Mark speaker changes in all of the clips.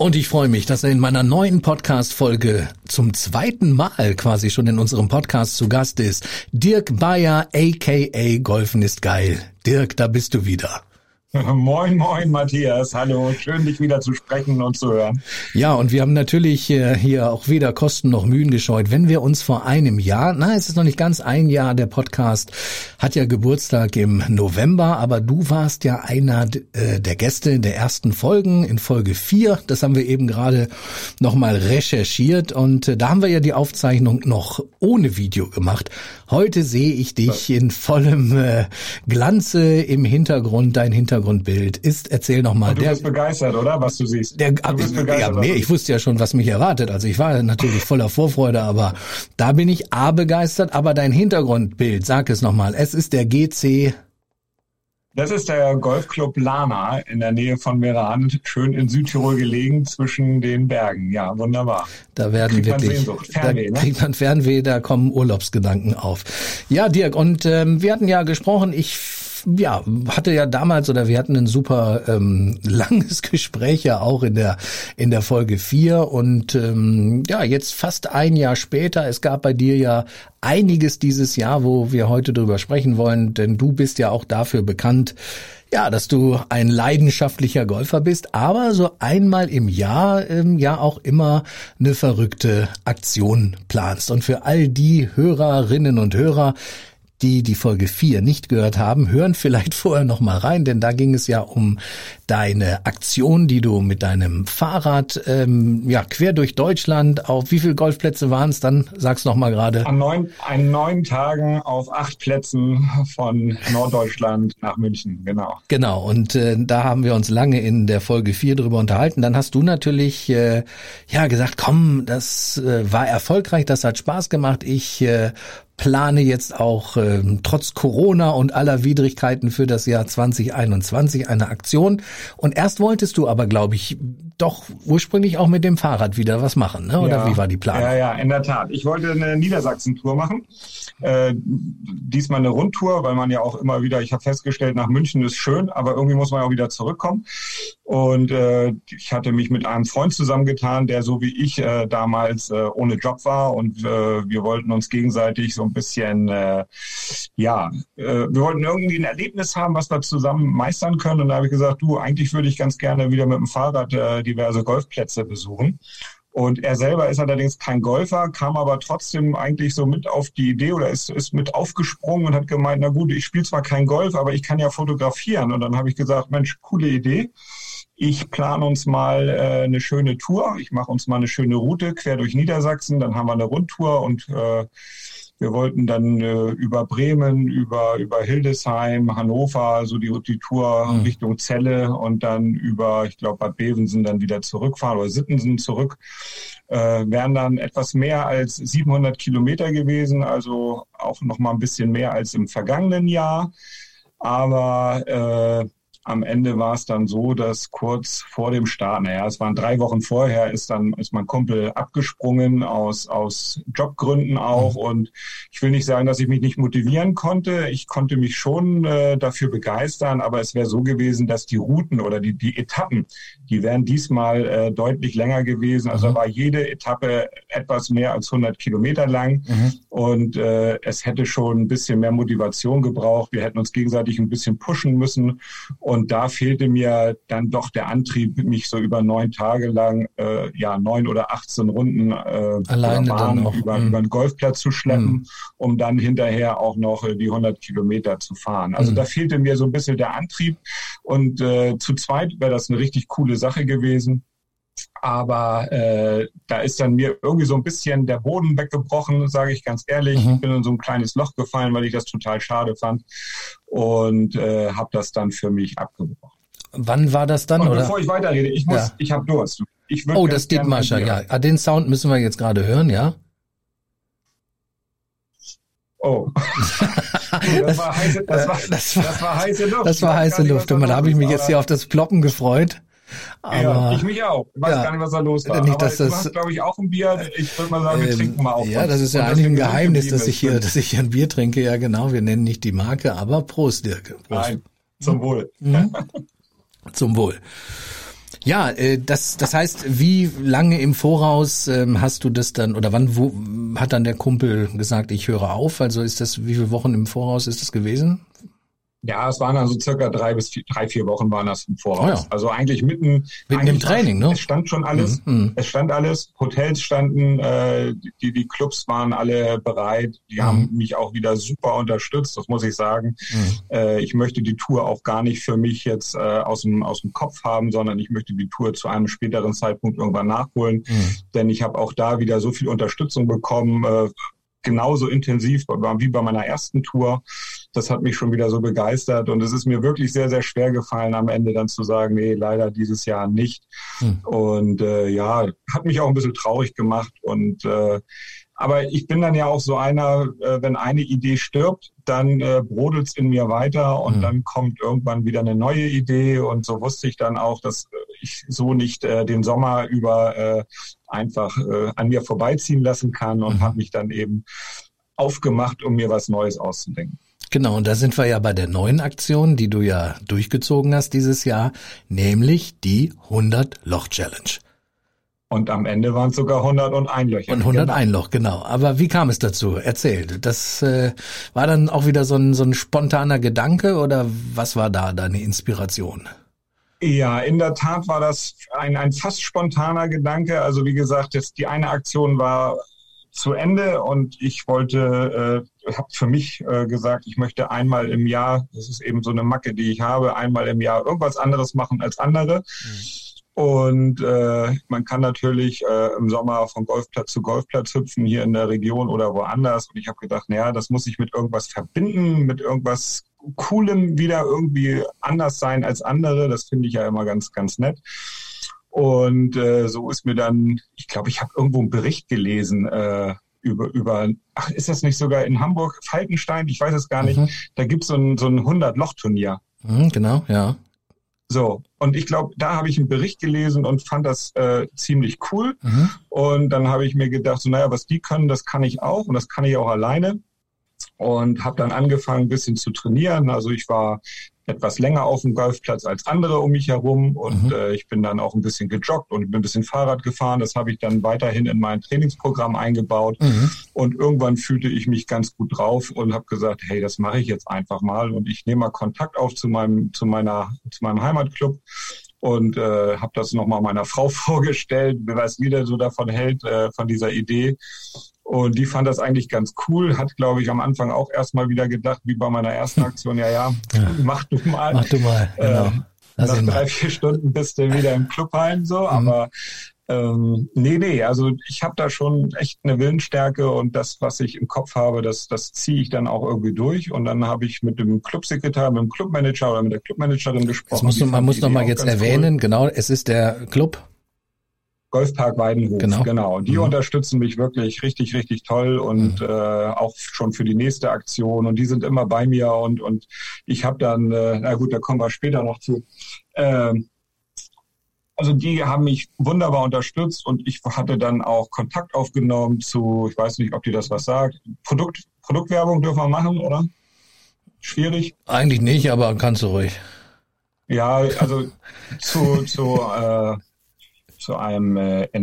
Speaker 1: Und ich freue mich, dass er in meiner neuen Podcast-Folge zum zweiten Mal quasi schon in unserem Podcast zu Gast ist. Dirk Bayer, a.k.a. Golfen ist geil. Dirk, da bist du wieder.
Speaker 2: Moin, moin, Matthias. Hallo, schön, dich wieder zu sprechen und zu hören.
Speaker 1: Ja, und wir haben natürlich hier auch weder Kosten noch Mühen gescheut. Wenn wir uns vor einem Jahr, es ist noch nicht ganz ein Jahr, der Podcast hat ja Geburtstag im November, aber du warst ja einer der Gäste der ersten Folgen, in Folge 4. Das haben wir eben gerade nochmal recherchiert und da haben wir ja die Aufzeichnung noch ohne Video gemacht. Heute sehe ich dich in vollem Glanze im Hintergrund, dein Hintergrundbild ist, erzähl nochmal.
Speaker 2: Du bist begeistert, oder, was du siehst?
Speaker 1: Du bist begeistert. Ja, ich wusste ja schon, was mich erwartet. Also ich war natürlich voller Vorfreude, aber da bin ich begeistert. Aber dein Hintergrundbild, sag es nochmal, es ist der GC...
Speaker 2: Das ist der Golfclub Lana in der Nähe von Meran, schön in Südtirol gelegen zwischen den Bergen. Ja, wunderbar.
Speaker 1: Da werden wirklich, kriegt man Fernweh, da kommen Urlaubsgedanken auf. Ja, Dirk, und wir hatten ja gesprochen, wir hatten ein super langes Gespräch ja auch in der Folge 4 und jetzt fast ein Jahr später, es gab bei dir ja einiges dieses Jahr, wo wir heute drüber sprechen wollen, denn du bist ja auch dafür bekannt, dass du ein leidenschaftlicher Golfer bist, aber so einmal im Jahr auch immer eine verrückte Aktion planst. Und für all die Hörerinnen und Hörer, die Folge 4 nicht gehört haben, hören vielleicht vorher noch mal rein, denn da ging es ja um deine Aktion, die du mit deinem Fahrrad quer durch Deutschland auf wie viele Golfplätze waren es dann? Sag's noch mal gerade.
Speaker 2: An 9 Tagen auf 8 Plätzen von Norddeutschland nach München, genau.
Speaker 1: Genau, und da haben wir uns lange in der Folge 4 drüber unterhalten. Dann hast du natürlich gesagt, komm, das war erfolgreich, das hat Spaß gemacht. Ich plane jetzt auch trotz Corona und aller Widrigkeiten für das Jahr 2021 eine Aktion. Und erst wolltest du aber, glaube ich, doch ursprünglich auch mit dem Fahrrad wieder was machen, ne? Oder wie war die Planung?
Speaker 2: Ja, in der Tat. Ich wollte eine Niedersachsen-Tour machen. Diesmal eine Rundtour, weil man ja auch immer wieder, ich habe festgestellt, nach München ist schön, aber irgendwie muss man auch wieder zurückkommen. Und ich hatte mich mit einem Freund zusammengetan, der so wie ich damals ohne Job war und wir wollten uns gegenseitig so ein bisschen, wir wollten irgendwie ein Erlebnis haben, was wir zusammen meistern können. Und da habe ich gesagt, eigentlich würde ich ganz gerne wieder mit dem Fahrrad diverse Golfplätze besuchen. Und er selber ist allerdings kein Golfer, kam aber trotzdem eigentlich so mit auf die Idee oder ist mit aufgesprungen und hat gemeint, na gut, ich spiele zwar kein Golf, aber ich kann ja fotografieren. Und dann habe ich gesagt, Mensch, coole Idee. Ich plane uns mal eine schöne Tour. Ich mache uns mal eine schöne Route quer durch Niedersachsen. Dann haben wir eine Rundtour und wir wollten dann über Bremen, über Hildesheim, Hannover, so die Tour Richtung Celle und dann über, ich glaube, Bad Bevensen dann wieder zurückfahren oder Sittensen zurück. Wären dann etwas mehr als 700 Kilometer gewesen, also auch noch mal ein bisschen mehr als im vergangenen Jahr. Aber am Ende war es dann so, dass kurz vor dem Start, es waren 3 Wochen vorher, ist mein Kumpel abgesprungen aus Jobgründen auch. Und ich will nicht sagen, dass ich mich nicht motivieren konnte. Ich konnte mich schon dafür begeistern, aber es wäre so gewesen, dass die Routen oder die Etappen, die wären diesmal deutlich länger gewesen. Also da war jede Etappe etwas mehr als 100 Kilometer lang. Und es hätte schon ein bisschen mehr Motivation gebraucht. Wir hätten uns gegenseitig ein bisschen pushen müssen. Und da fehlte mir dann doch der Antrieb, mich so über 9 Tage lang, 9 oder 18 Runden
Speaker 1: alleine
Speaker 2: Bahn über einen Golfplatz zu schleppen, um dann hinterher auch noch die 100 Kilometer zu fahren. Also da fehlte mir so ein bisschen der Antrieb. Und zu zweit wäre das eine richtig coole Sache gewesen. Aber da ist dann mir irgendwie so ein bisschen der Boden weggebrochen, sage ich ganz ehrlich. Ich bin in so ein kleines Loch gefallen, weil ich das total schade fand und habe das dann für mich abgebrochen.
Speaker 1: Wann war das dann?
Speaker 2: Und bevor ich weiterrede, ich habe Durst.
Speaker 1: Das Dittmarscher, ja. Den Sound müssen wir jetzt gerade hören, ja?
Speaker 2: Oh. Das war heiße Luft.
Speaker 1: Das war heiße Luft. Und da habe ich mich jetzt hier auf das Ploppen gefreut. Aber,
Speaker 2: ich mich auch. Ich weiß gar nicht, was da los war.
Speaker 1: Nicht,
Speaker 2: aber du hast, glaube ich, auch ein Bier. Ich würde mal sagen, wir trinken mal auf.
Speaker 1: Ja, das ist ja eigentlich ein Geheimnis, dass ich hier ein Bier trinke. Ja, genau. Wir nennen nicht die Marke, aber Prost, Dirk. Prost.
Speaker 2: Nein, zum Wohl.
Speaker 1: Zum Wohl. Ja, das heißt, wie lange im Voraus hast du das dann, oder wo hat dann der Kumpel gesagt, ich höre auf? Also wie viele Wochen im Voraus ist das gewesen?
Speaker 2: Ja, es waren also circa 3 bis 4 Wochen waren das im Voraus.
Speaker 1: Oh ja.
Speaker 2: Also eigentlich mitten
Speaker 1: im Training, ne?
Speaker 2: Es stand schon alles. Es stand alles. Hotels standen, die Clubs waren alle bereit. Die haben mich auch wieder super unterstützt, das muss ich sagen. Ich möchte die Tour auch gar nicht für mich jetzt aus dem Kopf haben, sondern ich möchte die Tour zu einem späteren Zeitpunkt irgendwann nachholen. Denn ich habe auch da wieder so viel Unterstützung bekommen, genauso intensiv wie bei meiner ersten Tour. Das hat mich schon wieder so begeistert und es ist mir wirklich sehr, sehr schwer gefallen, am Ende dann zu sagen, nee, leider dieses Jahr nicht. Und hat mich auch ein bisschen traurig gemacht. Und aber ich bin dann ja auch so einer, wenn eine Idee stirbt, dann brodelt's in mir weiter und dann kommt irgendwann wieder eine neue Idee. Und so wusste ich dann auch, dass ich so nicht den Sommer über einfach an mir vorbeiziehen lassen kann und habe mich dann eben aufgemacht, um mir was Neues auszudenken.
Speaker 1: Genau, und da sind wir ja bei der neuen Aktion, die du ja durchgezogen hast dieses Jahr, nämlich die 100-Loch-Challenge.
Speaker 2: Und am Ende waren es sogar 101 Löcher.
Speaker 1: Und 101 Loch, genau. Aber wie kam es dazu? Erzähl. Das war dann auch wieder so ein spontaner Gedanke oder was war da deine Inspiration?
Speaker 2: Ja, in der Tat war das ein fast spontaner Gedanke. Also wie gesagt, die eine Aktion war zu Ende und ich habe für mich gesagt, ich möchte einmal im Jahr, das ist eben so eine Macke, die ich habe, einmal im Jahr irgendwas anderes machen als andere. Und man kann natürlich im Sommer von Golfplatz zu Golfplatz hüpfen, hier in der Region oder woanders. Und ich habe gedacht, naja, das muss ich mit irgendwas verbinden, mit irgendwas Coolem wieder irgendwie anders sein als andere. Das finde ich ja immer ganz, ganz nett. Und so ist mir dann, ich glaube, ich habe irgendwo einen Bericht gelesen ist das nicht sogar in Hamburg, Falkenstein? Ich weiß es gar nicht. Da gibt's so ein 100-Loch-Turnier.
Speaker 1: Genau, ja.
Speaker 2: So, und ich glaube, da habe ich einen Bericht gelesen und fand das ziemlich cool. Und dann habe ich mir gedacht, so naja, was die können, das kann ich auch und das kann ich auch alleine. Und habe dann angefangen, ein bisschen zu trainieren. Also ich war etwas länger auf dem Golfplatz als andere um mich herum und ich bin dann auch ein bisschen gejoggt und bin ein bisschen Fahrrad gefahren. Das habe ich dann weiterhin in mein Trainingsprogramm eingebaut und irgendwann fühlte ich mich ganz gut drauf und habe gesagt, hey, das mache ich jetzt einfach mal und ich nehme mal Kontakt auf zu meinem Heimatclub und habe das nochmal meiner Frau vorgestellt, was die denn so davon hält, von dieser Idee. Und die fand das eigentlich ganz cool, hat, glaube ich, am Anfang auch erstmal wieder gedacht, wie bei meiner ersten Aktion, mach du mal.
Speaker 1: Mach du mal, genau.
Speaker 2: Nach 3-4 Stunden bist du wieder im Clubheim, so, aber also ich habe da schon echt eine Willensstärke und das, was ich im Kopf habe, das ziehe ich dann auch irgendwie durch und dann habe ich mit dem Clubsekretär, mit dem Clubmanager oder mit der Clubmanagerin gesprochen.
Speaker 1: Man muss noch mal jetzt erwähnen, genau, es ist der Club
Speaker 2: Golfpark Weidenhof, genau. Die unterstützen mich wirklich richtig, richtig toll und auch schon für die nächste Aktion und die sind immer bei mir und ich habe dann, da kommen wir später noch zu, also die haben mich wunderbar unterstützt und ich hatte dann auch Kontakt aufgenommen zu, ich weiß nicht, ob dir das was sagt, Produktwerbung dürfen wir machen, oder? Schwierig?
Speaker 1: Eigentlich nicht, aber kannst du ruhig.
Speaker 2: Ja, also zu einem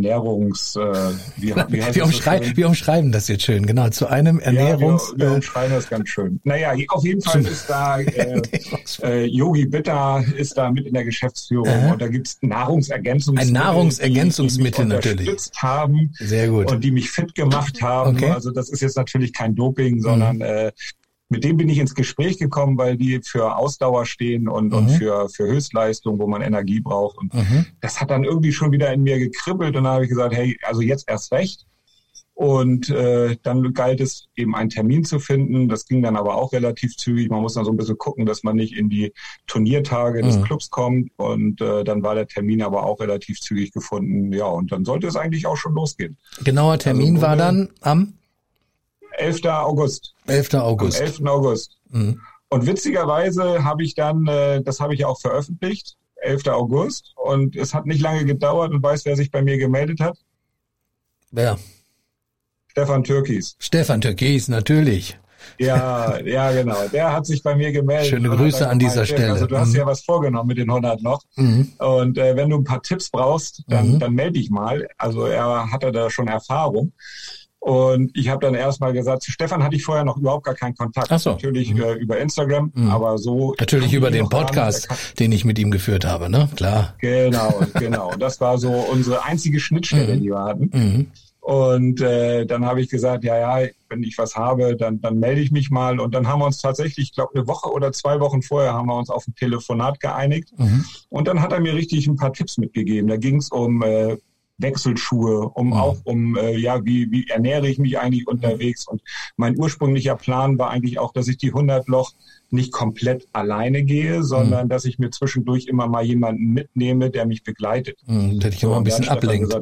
Speaker 1: wir umschreiben das jetzt schön, genau, zu einem Ernährungs...
Speaker 2: Ja, wir umschreiben das ganz schön. Naja, auf jeden Fall ist da Yogi Bitter ist da mit in der Geschäftsführung und da gibt's Nahrungsergänzungsmittel.
Speaker 1: Ein Nahrungsergänzungsmittel
Speaker 2: die
Speaker 1: natürlich.
Speaker 2: Unterstützt haben.
Speaker 1: Sehr gut.
Speaker 2: Und die mich fit gemacht haben. Okay. Also das ist jetzt natürlich kein Doping, sondern mit dem bin ich ins Gespräch gekommen, weil die für Ausdauer stehen und für Höchstleistung, wo man Energie braucht. Und das hat dann irgendwie schon wieder in mir gekribbelt und dann habe ich gesagt, hey, also jetzt erst recht. Und dann galt es eben einen Termin zu finden. Das ging dann aber auch relativ zügig. Man muss dann so ein bisschen gucken, dass man nicht in die Turniertage des Clubs kommt. Und dann war der Termin aber auch relativ zügig gefunden. Ja, und dann sollte es eigentlich auch schon losgehen.
Speaker 1: Genauer Termin war dann am
Speaker 2: 11. August.
Speaker 1: 11. August.
Speaker 2: Am 11. August. Und witzigerweise habe ich dann, das habe ich ja auch veröffentlicht, 11. August. Und es hat nicht lange gedauert und weißt, wer sich bei mir gemeldet hat?
Speaker 1: Wer?
Speaker 2: Stefan Türkis.
Speaker 1: Stefan Türkis, natürlich.
Speaker 2: Ja, genau. Der hat sich bei mir gemeldet.
Speaker 1: Schöne Grüße an dieser Stelle.
Speaker 2: Also du hast ja was vorgenommen mit den 100 noch. Und wenn du ein paar Tipps brauchst, dann melde dich mal. Also er hatte da schon Erfahrung. Und ich habe dann erstmal gesagt, zu Stefan hatte ich vorher noch überhaupt gar keinen Kontakt.
Speaker 1: Ach so.
Speaker 2: Natürlich über Instagram, aber so.
Speaker 1: Natürlich über den Podcast, den ich mit ihm geführt habe, ne? Klar.
Speaker 2: Genau. Das war so unsere einzige Schnittstelle, die wir hatten. Und dann habe ich gesagt, ja, wenn ich was habe, dann melde ich mich mal. Und dann haben wir uns tatsächlich, ich glaube, eine Woche oder 2 Wochen vorher haben wir uns auf ein Telefonat geeinigt. Und dann hat er mir richtig ein paar Tipps mitgegeben. Da ging es um Wechselschuhe, wie ernähre ich mich eigentlich unterwegs. Und mein ursprünglicher Plan war eigentlich auch, dass ich die 100 Loch nicht komplett alleine gehe, sondern dass ich mir zwischendurch immer mal jemanden mitnehme, der mich begleitet.
Speaker 1: Der dich immer ein bisschen ablenkt.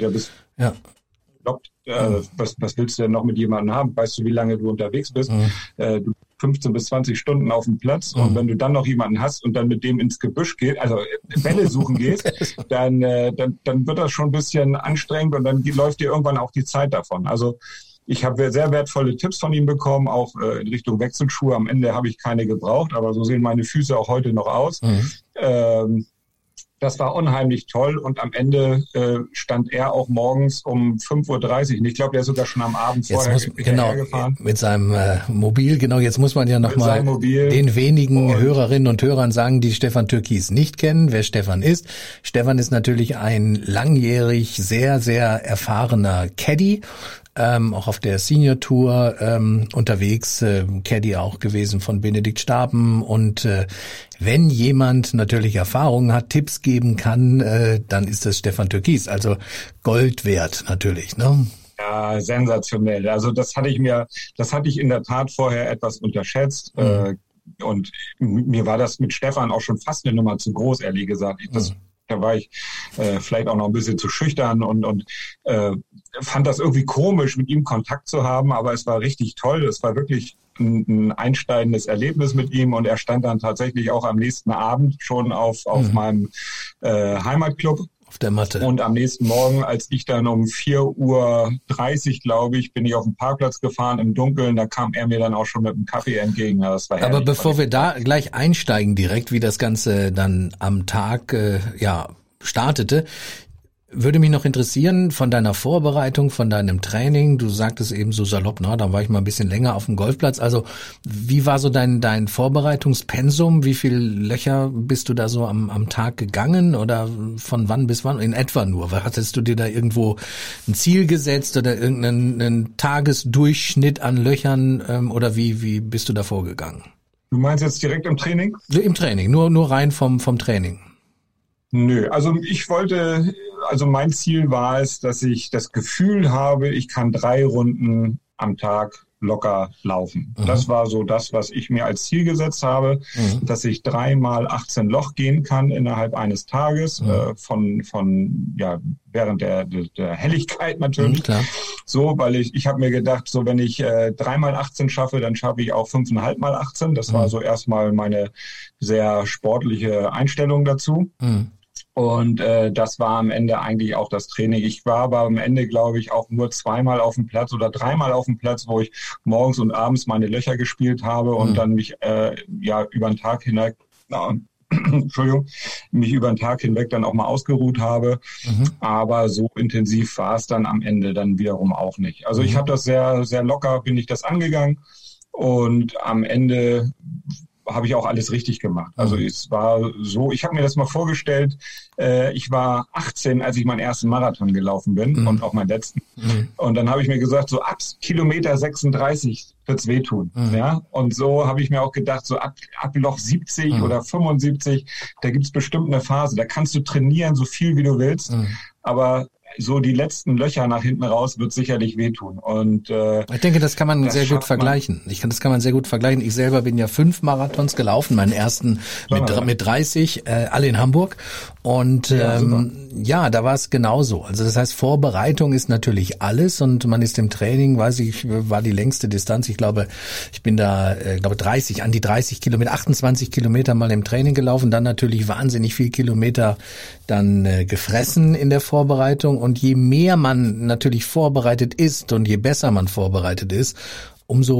Speaker 2: Was willst du denn noch mit jemandem haben? Weißt du, wie lange du unterwegs bist? Du 15 bis 20 Stunden auf dem Platz und wenn du dann noch jemanden hast und dann mit dem ins Gebüsch gehst, also Bälle suchen gehst, dann wird das schon ein bisschen anstrengend und dann läuft dir irgendwann auch die Zeit davon. Also ich habe sehr wertvolle Tipps von ihm bekommen, auch in Richtung Wechselschuhe. Am Ende habe ich keine gebraucht, aber so sehen meine Füße auch heute noch aus. Das war unheimlich toll und am Ende stand er auch morgens um 5:30 Uhr. Und ich glaube, der ist sogar schon am Abend vorher gefahren.
Speaker 1: Mit seinem Mobil, genau, jetzt muss man ja nochmal den wenigen Hörerinnen und Hörern sagen, die Stefan Türkis nicht kennen, wer Stefan ist. Stefan ist natürlich ein langjährig sehr, sehr erfahrener Caddy, auch auf der Senior Tour unterwegs, Caddy auch gewesen von Benedikt Staben und wenn jemand natürlich Erfahrungen hat, Tipps geben kann, dann ist das Stefan Türkis, also Gold wert natürlich, ne?
Speaker 2: Ja, sensationell. Also das hatte ich in der Tat vorher etwas unterschätzt. Und mir war das mit Stefan auch schon fast eine Nummer zu groß, ehrlich gesagt. Da war ich vielleicht auch noch ein bisschen zu schüchtern und fand das irgendwie komisch, mit ihm Kontakt zu haben, aber es war richtig toll. Es war wirklich ein einsteigendes Erlebnis mit ihm und er stand dann tatsächlich auch am nächsten Abend schon auf meinem Heimatclub.
Speaker 1: Auf der Matte.
Speaker 2: Und am nächsten Morgen, als ich dann um 4:30 Uhr, glaube ich, bin ich auf den Parkplatz gefahren im Dunkeln, da kam er mir dann auch schon mit einem Kaffee entgegen. Das war
Speaker 1: aber bevor wir da gleich einsteigen direkt, wie das Ganze dann am Tag startete, würde mich noch interessieren von deiner Vorbereitung, von deinem Training. Du sagtest eben so salopp, da war ich mal ein bisschen länger auf dem Golfplatz. Also wie war so dein Vorbereitungspensum? Wie viele Löcher bist du da so am Tag gegangen oder von wann bis wann? In etwa nur. Hattest du dir da irgendwo ein Ziel gesetzt oder irgendeinen Tagesdurchschnitt an Löchern oder wie bist du da vorgegangen?
Speaker 2: Du meinst jetzt direkt im Training?
Speaker 1: Im Training, nur rein vom Training.
Speaker 2: Nö, also mein Ziel war es, dass ich das Gefühl habe, ich kann 3 Runden am Tag locker laufen. Das war so das, was ich mir als Ziel gesetzt habe, dass ich 3 mal 18 Loch gehen kann innerhalb eines Tages, während der Helligkeit natürlich.
Speaker 1: Klar.
Speaker 2: So, weil ich habe mir gedacht, so wenn ich 3 mal 18 schaffe, dann schaffe ich auch 5,5 mal 18. Das war so erstmal meine sehr sportliche Einstellung dazu. Und das war am Ende eigentlich auch das Training. Ich war aber am Ende, glaube ich, auch nur 2-mal auf dem Platz oder 3-mal auf dem Platz, wo ich morgens und abends meine Löcher gespielt habe und dann mich über den Tag hinweg, mich über den Tag hinweg dann auch mal ausgeruht habe. Aber so intensiv war es dann am Ende dann wiederum auch nicht. Also ich habe das sehr, sehr locker, bin ich das angegangen und am Ende habe ich auch alles richtig gemacht. Also es war so, ich habe mir das mal vorgestellt, ich war 18, als ich meinen ersten Marathon gelaufen bin und auch meinen letzten. Und dann habe ich mir gesagt, so ab Kilometer 36 wird's wehtun. Ja? Und so habe ich mir auch gedacht, so ab Loch 70 oder 75, da gibt's bestimmt eine Phase, da kannst du trainieren, so viel wie du willst. Aber so die letzten Löcher nach hinten raus wird sicherlich wehtun. Und
Speaker 1: ich denke, das kann man sehr gut vergleichen. Das kann man sehr gut vergleichen. Ich selber bin ja 5 Marathons gelaufen, meinen ersten mit 30, alle in Hamburg. Und da war es genauso. Also das heißt, Vorbereitung ist natürlich alles und man ist im Training, war die längste Distanz. Ich glaube, ich bin da, an die 30 Kilometer, 28 Kilometer mal im Training gelaufen, dann natürlich wahnsinnig viel Kilometer dann gefressen in der Vorbereitung. Und je mehr man natürlich vorbereitet ist und je besser man vorbereitet ist, umso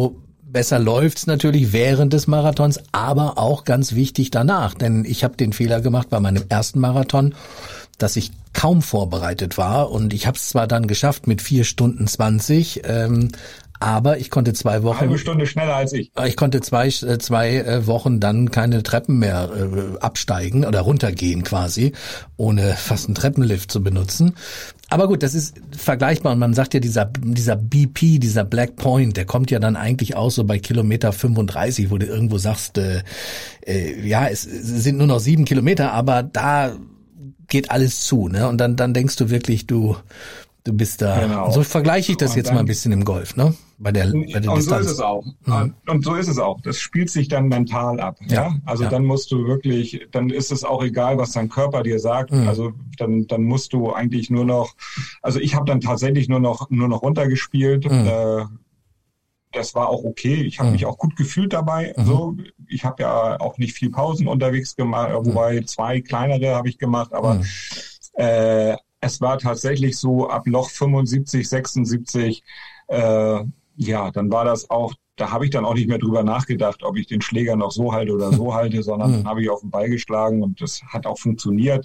Speaker 1: besser läuft's natürlich während des Marathons, aber auch ganz wichtig danach. Denn ich habe den Fehler gemacht bei meinem ersten Marathon, dass ich kaum vorbereitet war. Und ich habe es zwar dann geschafft mit 4 Stunden 20, aber ich konnte 2 Wochen...
Speaker 2: Halbe Stunde schneller als ich.
Speaker 1: Ich konnte zwei Wochen dann keine Treppen mehr absteigen oder runtergehen quasi, ohne fast einen Treppenlift zu benutzen. Aber gut, das ist vergleichbar und man sagt ja, dieser BP, dieser Black Point, der kommt ja dann eigentlich auch so bei Kilometer 35, wo du irgendwo sagst, es sind nur noch 7 Kilometer, aber da geht alles zu, ne? Und dann denkst du wirklich, du bist da. Genau. So vergleiche ich das jetzt mal ein bisschen im Golf, ne? Bei der Distanz.
Speaker 2: So ist es auch. Mhm. Und so ist es auch. Das spielt sich dann mental ab. Ja. Also dann musst du wirklich, dann ist es auch egal, was dein Körper dir sagt. Mhm. Also dann musst du eigentlich nur noch, also ich habe dann tatsächlich nur noch runtergespielt. Mhm. Das war auch okay. Ich habe mich auch gut gefühlt dabei. Mhm. So, ich habe ja auch nicht viel Pausen unterwegs gemacht, wobei 2 kleinere habe ich gemacht, aber es war tatsächlich so ab Loch 75, 76, dann war das auch, da habe ich dann auch nicht mehr drüber nachgedacht, ob ich den Schläger noch so halte oder so halte, sondern dann habe ich auf den Ball geschlagen und das hat auch funktioniert.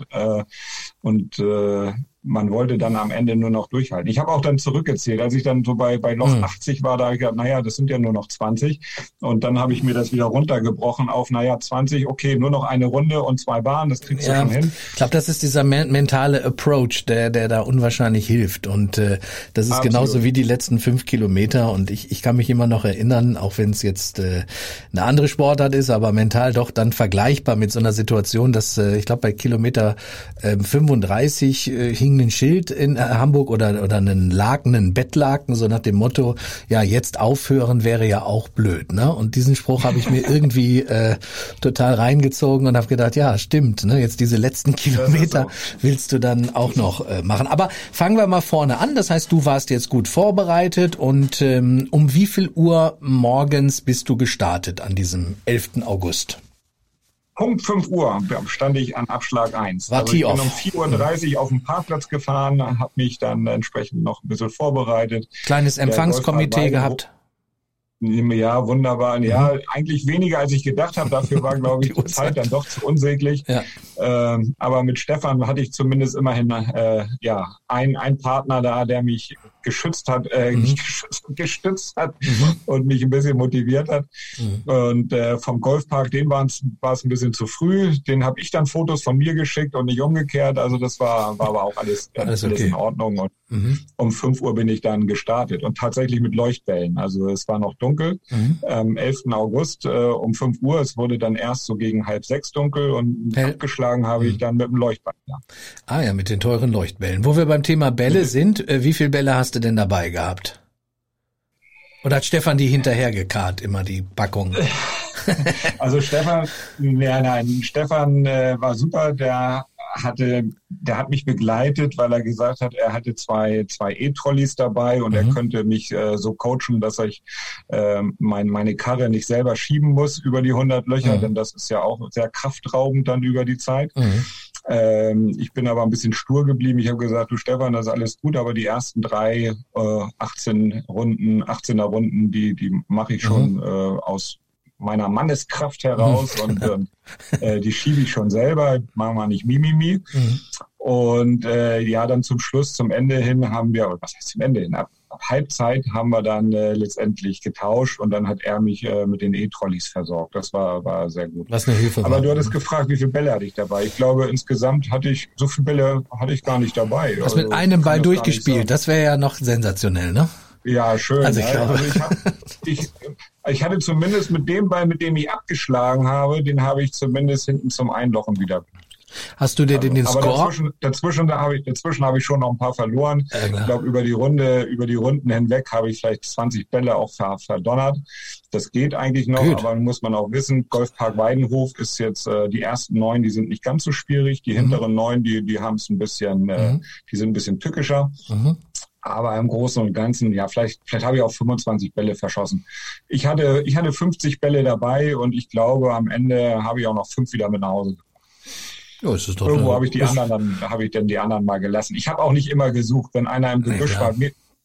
Speaker 2: Man wollte dann am Ende nur noch durchhalten. Ich habe auch dann zurückgezählt. Als ich dann so bei Loch 80 war, da habe ich gedacht, das sind ja nur noch 20. Und dann habe ich mir das wieder runtergebrochen auf, 20, okay, nur noch eine Runde und 2 Bahnen, das kriegst du schon hin.
Speaker 1: Ich glaube, das ist dieser mentale Approach, der da unwahrscheinlich hilft. Und das ist genauso wie die letzten 5 Kilometer. Und ich kann mich immer noch erinnern, auch wenn es jetzt eine andere Sportart ist, aber mental doch dann vergleichbar mit so einer Situation, dass ich glaube, bei Kilometer 35 hing ein Schild in Hamburg oder einen Laken, einen Bettlaken, so nach dem Motto, ja, jetzt aufhören wäre ja auch blöd, ne? Und diesen Spruch habe ich mir irgendwie total reingezogen und habe gedacht, ja, stimmt, ne? Jetzt diese letzten Kilometer willst du dann auch noch machen. Aber fangen wir mal vorne an. Das heißt, du warst jetzt gut vorbereitet und um wie viel Uhr morgens bist du gestartet an diesem 11. August?
Speaker 2: Punkt 5 Uhr stand ich an Abschlag 1.
Speaker 1: War
Speaker 2: also ich bin um 4.30 Uhr auf den Parkplatz gefahren, habe mich dann entsprechend noch ein bisschen vorbereitet.
Speaker 1: Kleines Empfangskomitee gehabt.
Speaker 2: Ja, wunderbar. Ja, eigentlich weniger, als ich gedacht habe. Dafür war, glaube ich, die Zeit dann doch zu unsäglich. Ja. Aber mit Stefan hatte ich zumindest immerhin einen Partner da, der mich gestützt hat und mich ein bisschen motiviert hat. Und vom Golfpark, dem war es ein bisschen zu früh. Den habe ich dann Fotos von mir geschickt und nicht umgekehrt. Also das war aber auch alles okay. In Ordnung. Und um 5 Uhr bin ich dann gestartet und tatsächlich mit Leuchtwellen. Also es war noch dunkel. Am 11. August um 5 Uhr. Es wurde dann erst so gegen 5:30 dunkel und abgeschlagen habe ich dann mit dem Leuchtball. Ja.
Speaker 1: Ah ja, mit den teuren Leuchtbällen. Wo wir beim Thema Bälle sind, wie viele Bälle hast du denn dabei gehabt? Oder hat Stefan die hinterhergekarrt, immer die Packung?
Speaker 2: Also Stefan war super, der hat mich begleitet, weil er gesagt hat, er hatte zwei E-Trolleys dabei und er könnte mich so coachen, dass ich meine Karre nicht selber schieben muss über die 100 Löcher, denn das ist ja auch sehr kraftraubend dann über die Zeit. Ich bin aber ein bisschen stur geblieben. Ich habe gesagt, du Stefan, das ist alles gut, aber die ersten 3 18er Runden, die mache ich schon aus meiner Manneskraft heraus und die schiebe ich schon selber, machen wir nicht Mimimi. Und dann zum Schluss, zum Ende hin haben wir, was heißt zum Ende hin, ab Halbzeit haben wir dann letztendlich getauscht und dann hat er mich mit den E-Trolleys versorgt. Das war sehr gut.
Speaker 1: Was eine Hilfe.
Speaker 2: Aber du hattest gefragt, wie viele Bälle hatte ich dabei? Ich glaube, insgesamt so viele Bälle hatte ich gar nicht dabei.
Speaker 1: Du hast mit einem Ball durchgespielt, das wäre ja noch sensationell, ne?
Speaker 2: Ja, schön.
Speaker 1: Also
Speaker 2: ich hatte zumindest mit dem Ball, mit dem ich abgeschlagen habe, den habe ich zumindest hinten zum Einlochen wieder.
Speaker 1: Hast du dir den Score?
Speaker 2: Dazwischen habe ich schon noch ein paar verloren. Ja, ich glaube, über die Runden hinweg habe ich vielleicht 20 Bälle auch verdonnert. Das geht eigentlich noch, aber muss man auch wissen, Golfpark Weidenhof ist jetzt, die ersten 9, die sind nicht ganz so schwierig. Die hinteren 9, die haben es ein bisschen, die sind ein bisschen tückischer. Aber im Großen und Ganzen, ja, vielleicht habe ich auch 25 Bälle verschossen. Ich hatte 50 Bälle dabei und ich glaube, am Ende habe ich auch noch 5 wieder mit nach Hause gebracht.
Speaker 1: Ja, ist es doch
Speaker 2: Irgendwo habe ich die anderen mal gelassen. Ich habe auch nicht immer gesucht, wenn einer im Gebüsch war.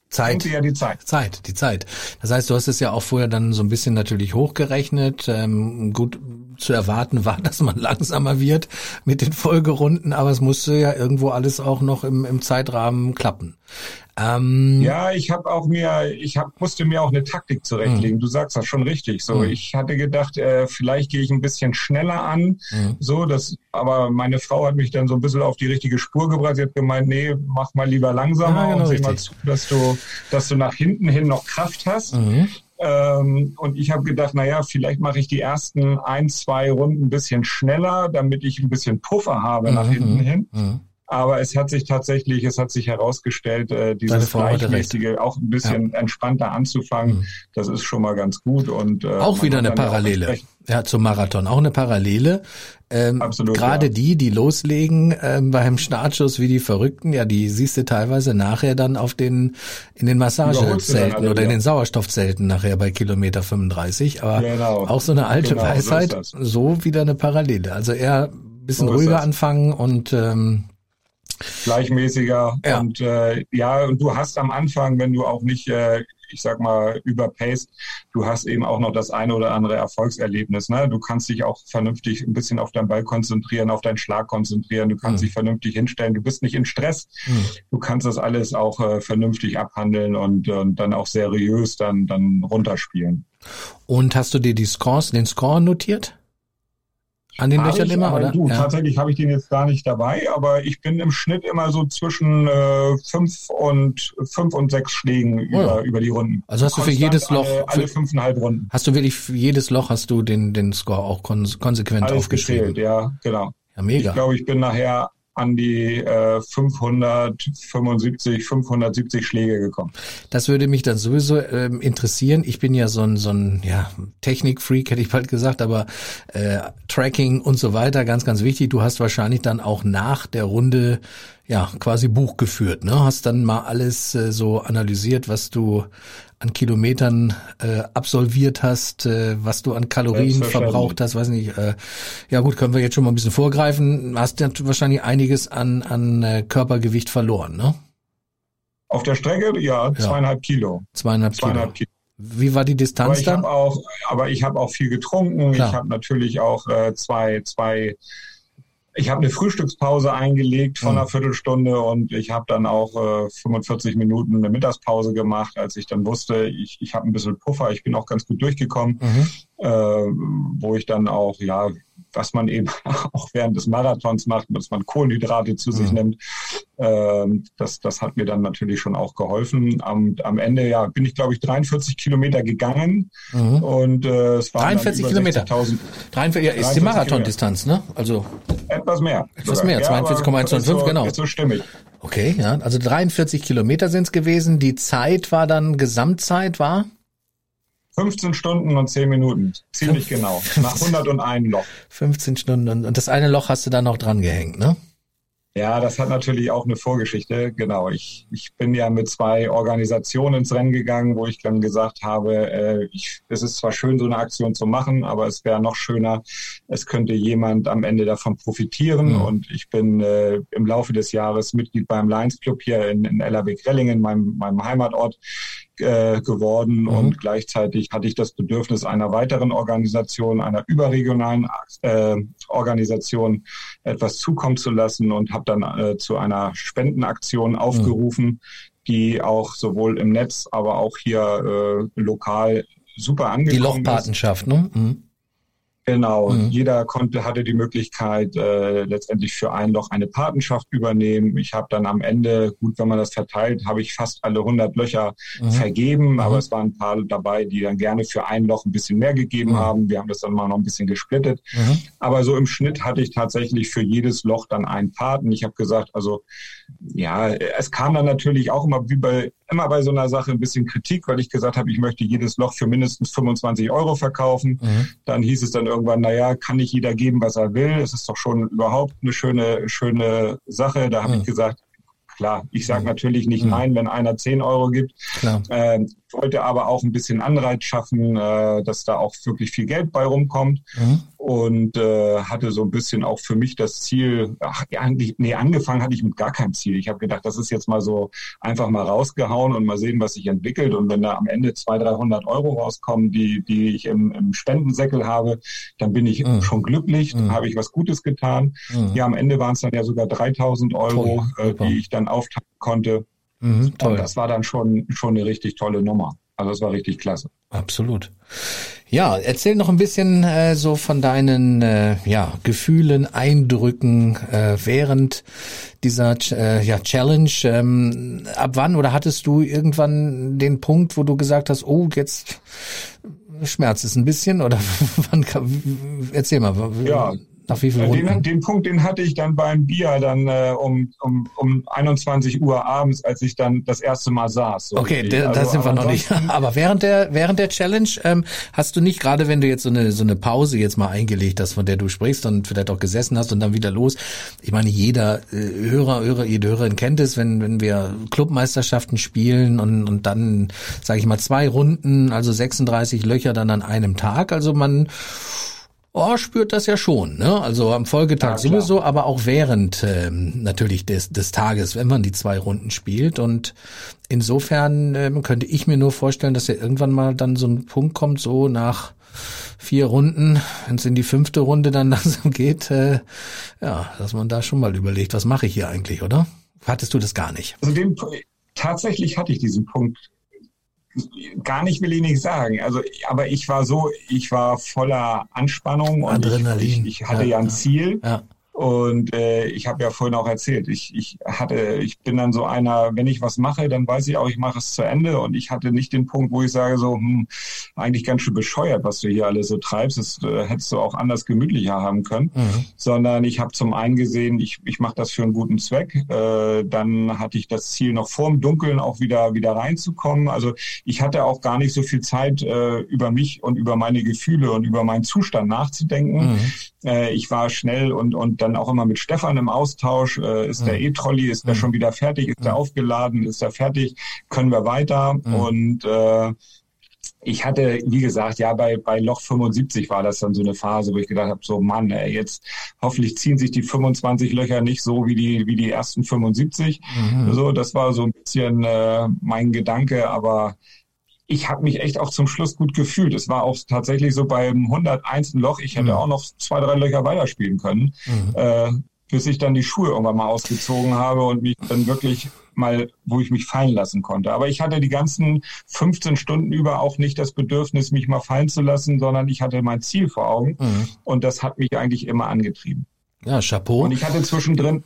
Speaker 1: Zeit.
Speaker 2: Ja, die Zeit.
Speaker 1: Die Zeit. Das heißt, du hast es ja auch vorher dann so ein bisschen natürlich hochgerechnet. Gut zu erwarten war, dass man langsamer wird mit den Folgerunden, aber es musste ja irgendwo alles auch noch im Zeitrahmen klappen.
Speaker 2: Ja, musste mir auch eine Taktik zurechtlegen. Du sagst das schon richtig. So, ich hatte gedacht, vielleicht gehe ich ein bisschen schneller an. Aber meine Frau hat mich dann so ein bisschen auf die richtige Spur gebracht. Sie hat gemeint, nee, mach mal lieber langsamer und sieh mal zu, dass du nach hinten hin noch Kraft hast. Und ich habe gedacht, vielleicht mache ich die ersten 1-2 Runden ein bisschen schneller, damit ich ein bisschen Puffer habe nach hinten hin. Aber es hat sich herausgestellt, dieses Gleichmäßige, auch ein bisschen entspannter anzufangen, das ist schon mal ganz gut. Und
Speaker 1: auch wieder eine Parallele. Ja, zum Marathon. Auch eine Parallele.
Speaker 2: Absolut.
Speaker 1: Gerade die loslegen beim Startschuss wie die Verrückten, ja, die siehst du teilweise nachher dann in den Massagezelten oder in den Sauerstoffzelten nachher bei Kilometer 35. Aber auch so eine alte Weisheit, so wieder eine Parallele. Also eher ein bisschen ruhiger anfangen und
Speaker 2: gleichmäßiger und und du hast am Anfang, wenn du auch nicht, ich sag mal, überpaced, du hast eben auch noch das eine oder andere Erfolgserlebnis. Ne? Du kannst dich auch vernünftig ein bisschen auf deinen Ball konzentrieren, auf deinen Schlag konzentrieren, du kannst dich vernünftig hinstellen, du bist nicht in Stress, du kannst das alles auch vernünftig abhandeln und dann auch seriös dann runterspielen.
Speaker 1: Und hast du dir den Score notiert? An den Löchern immer, oder?
Speaker 2: Tatsächlich habe ich den jetzt gar nicht dabei, aber ich bin im Schnitt immer so zwischen 5 und 6 Schlägen über die Runden.
Speaker 1: Also hast du für jedes Loch
Speaker 2: alle 5,5 Runden.
Speaker 1: Hast du wirklich für jedes Loch den Score auch konsequent
Speaker 2: alles
Speaker 1: aufgeschrieben?
Speaker 2: Gezählt, ja, genau.
Speaker 1: Ja, mega.
Speaker 2: Ich glaube, ich bin nachher an die 570 Schläge gekommen.
Speaker 1: Das würde mich dann sowieso interessieren. Ich bin ja so ein Technik-Freak, hätte ich bald gesagt, aber Tracking und so weiter, ganz, ganz wichtig. Du hast wahrscheinlich dann auch nach der Runde quasi Buch geführt, ne? Hast dann mal alles so analysiert, was du an Kilometern absolviert hast, was du an Kalorien verbraucht hast, weiß nicht. Können wir jetzt schon mal ein bisschen vorgreifen. Hast ja wahrscheinlich einiges an Körpergewicht verloren, ne?
Speaker 2: Auf der Strecke, 2,5 Kilo.
Speaker 1: 2,5 Kilo. Wie war die Distanz dann?
Speaker 2: Ich habe auch viel getrunken. Klar. Ich habe natürlich auch ich habe eine Frühstückspause eingelegt von einer Viertelstunde und ich habe dann auch 45 Minuten eine Mittagspause gemacht, als ich dann wusste, ich habe ein bisschen Puffer, ich bin auch ganz gut durchgekommen, wo ich dann auch, was man eben auch während des Marathons macht, dass man Kohlenhydrate zu sich nimmt, das hat mir dann natürlich schon auch geholfen. Am Ende bin ich, glaube ich, 43 Kilometer gegangen und es waren
Speaker 1: 43 Kilometer. 43, ist die Marathondistanz, ne? Also
Speaker 2: etwas mehr.
Speaker 1: 42,195, genau.
Speaker 2: Ist so stimmig.
Speaker 1: Okay, also 43 Kilometer sind es gewesen. Die Zeit war dann, Gesamtzeit war?
Speaker 2: 15 Stunden und 10 Minuten. Ziemlich genau. Nach 101 Loch.
Speaker 1: 15 Stunden und das eine Loch hast du dann noch dran gehängt, ne?
Speaker 2: Ja, das hat natürlich auch eine Vorgeschichte. Genau. Ich bin ja mit 2 Organisationen ins Rennen gegangen, wo ich dann gesagt habe, es ist zwar schön, so eine Aktion zu machen, aber es wäre noch schöner, es könnte jemand am Ende davon profitieren. Und ich bin im Laufe des Jahres Mitglied beim Lions Club hier in LAW-Grellingen, meinem Heimatort, geworden und gleichzeitig hatte ich das Bedürfnis einer weiteren Organisation, einer überregionalen Organisation etwas zukommen zu lassen und habe dann zu einer Spendenaktion aufgerufen, die auch sowohl im Netz, aber auch hier lokal super angekommen ist.
Speaker 1: Die Lochpatenschaft, ne?
Speaker 2: Genau, jeder hatte die Möglichkeit, letztendlich für ein Loch eine Patenschaft übernehmen. Ich habe dann am Ende, gut, wenn man das verteilt, habe ich fast alle 100 Löcher vergeben, aber es waren ein paar dabei, die dann gerne für ein Loch ein bisschen mehr gegeben haben. Wir haben das dann mal noch ein bisschen gesplittet. Aber so im Schnitt hatte ich tatsächlich für jedes Loch dann einen Paten. Ich habe gesagt, also es kam dann natürlich auch immer bei so einer Sache ein bisschen Kritik, weil ich gesagt habe, ich möchte jedes Loch für mindestens 25 € verkaufen. Dann hieß es dann irgendwann, kann nicht jeder geben, was er will. Es ist doch schon überhaupt eine schöne Sache. Da habe ich gesagt, klar, ich sage natürlich nicht nein, wenn einer 10 € gibt. Wollte aber auch ein bisschen Anreiz schaffen, dass da auch wirklich viel Geld bei rumkommt. und hatte so ein bisschen auch für mich das Ziel, angefangen hatte ich mit gar keinem Ziel. Ich habe gedacht, das ist jetzt mal so einfach mal rausgehauen und mal sehen, was sich entwickelt. Und wenn da am Ende 200-300 Euro rauskommen, die ich im Spendensäckel habe, dann bin ich schon glücklich, dann habe ich was Gutes getan. Ja, am Ende waren es dann ja sogar 3.000 Euro, die ich dann aufteilen konnte.
Speaker 1: Toll.
Speaker 2: Und das war dann schon eine richtig tolle Nummer. Also das war richtig klasse.
Speaker 1: Absolut. Ja, erzähl noch ein bisschen so von deinen Gefühlen, Eindrücken während dieser Challenge. Ab wann oder hattest du irgendwann den Punkt, wo du gesagt hast, oh, jetzt schmerzt es ein bisschen? Oder erzähl mal.
Speaker 2: Ja.
Speaker 1: Nach wie viel Runden?
Speaker 2: Den Punkt, den hatte ich dann beim Bier dann um 21 Uhr abends, als ich dann das erste Mal saß. So
Speaker 1: okay, da sind wir noch nicht. Aber während der Challenge hast du nicht, gerade wenn du jetzt so eine Pause jetzt mal eingelegt hast, von der du sprichst und vielleicht auch gesessen hast und dann wieder los. Ich meine, jede Hörerin kennt es, wenn wir Clubmeisterschaften spielen und dann, sage ich mal, 2 Runden, also 36 Löcher dann an einem Tag. Also man spürt das ja schon, ne? Also am Folgetag sowieso, aber auch während natürlich des Tages, wenn man die 2 Runden spielt. Und insofern könnte ich mir nur vorstellen, dass ja irgendwann mal dann so ein Punkt kommt, so nach 4 Runden, wenn es in die 5. Runde dann langsam geht, dass man da schon mal überlegt, was mache ich hier eigentlich, oder? Hattest du das gar nicht?
Speaker 2: Also tatsächlich hatte ich diesen Punkt gar nicht, will ich nicht sagen. Also, aber ich war voller Anspannung und
Speaker 1: Adrenalin.
Speaker 2: Ich hatte ja ein Ziel.
Speaker 1: Ja.
Speaker 2: Und ich habe ja vorhin auch erzählt, ich bin dann so einer, wenn ich was mache, dann weiß ich auch, ich mache es zu Ende. Und ich hatte nicht den Punkt, wo ich sage so, eigentlich ganz schön bescheuert, was du hier alles so treibst. Das hättest du auch anders gemütlicher haben können. Sondern ich habe zum einen gesehen, ich mache das für einen guten Zweck. Dann hatte ich das Ziel, noch vorm Dunkeln auch wieder reinzukommen. Also ich hatte auch gar nicht so viel Zeit, über mich und über meine Gefühle und über meinen Zustand nachzudenken. Ich war schnell und dann auch immer mit Stefan im Austausch. Ist der E-Trolley, ist der schon wieder fertig? Ist der aufgeladen? Ist der fertig? Können wir weiter? Und ich hatte, wie gesagt, bei Loch 75 war das dann so eine Phase, wo ich gedacht habe, so Mann, jetzt hoffentlich ziehen sich die 25 Löcher nicht so wie die ersten 75. So, das war so ein bisschen mein Gedanke, aber ich habe mich echt auch zum Schluss gut gefühlt. Es war auch tatsächlich so beim 101. Loch, ich hätte auch noch 2, 3 Löcher weiterspielen können, bis ich dann die Schuhe irgendwann mal ausgezogen habe und mich dann wirklich mal, wo ich mich fallen lassen konnte. Aber ich hatte die ganzen 15 Stunden über auch nicht das Bedürfnis, mich mal fallen zu lassen, sondern ich hatte mein Ziel vor Augen und das hat mich eigentlich immer angetrieben.
Speaker 1: Ja, Chapeau.
Speaker 2: Und ich hatte zwischendrin,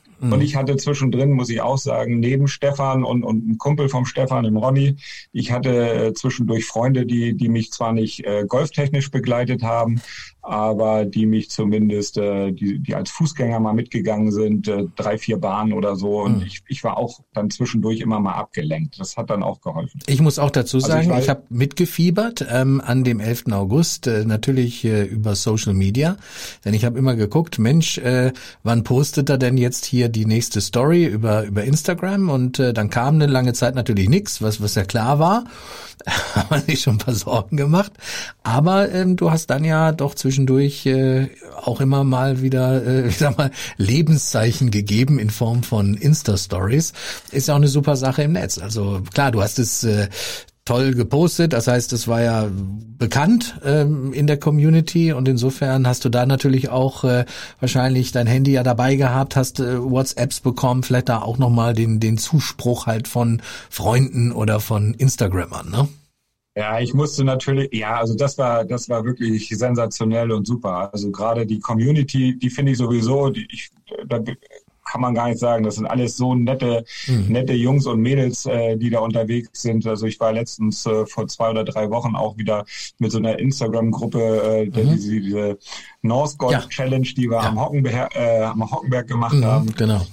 Speaker 2: muss ich auch sagen, neben Stefan und einem Kumpel vom Stefan, dem Ronny, ich hatte zwischendurch Freunde, die mich zwar nicht golftechnisch begleitet haben, aber die mich zumindest, die als Fußgänger mal mitgegangen sind, 3, 4 Bahnen oder so. Und ich war auch dann zwischendurch immer mal abgelenkt. Das hat dann auch geholfen.
Speaker 1: Ich muss auch dazu sagen, ich habe mitgefiebert an dem 11. August, natürlich über Social Media. Denn ich habe immer geguckt, Mensch, wann postet er denn jetzt hier die nächste Story über Instagram? Und dann kam eine lange Zeit natürlich nichts, was ja klar war. Haben wir sich schon ein paar Sorgen gemacht. Aber du hast dann ja doch zwischendurch auch immer mal wieder, Lebenszeichen gegeben in Form von Insta-Stories. Ist ja auch eine super Sache im Netz. Also klar, du hast es toll gepostet, das heißt, es war ja bekannt in der Community und insofern hast du da natürlich auch wahrscheinlich dein Handy ja dabei gehabt, hast WhatsApps bekommen, vielleicht da auch nochmal den Zuspruch halt von Freunden oder von Instagrammern, ne?
Speaker 2: Ja, ich musste natürlich, also das war wirklich sensationell und super. Also gerade die Community, die finde ich sowieso, da kann man gar nicht sagen, das sind alles so nette Jungs und Mädels, die da unterwegs sind. Also ich war letztens vor 2 oder 3 Wochen auch wieder mit so einer Instagram-Gruppe, diese North Golf Challenge, die wir am Hockenberg gemacht haben.
Speaker 1: Genau.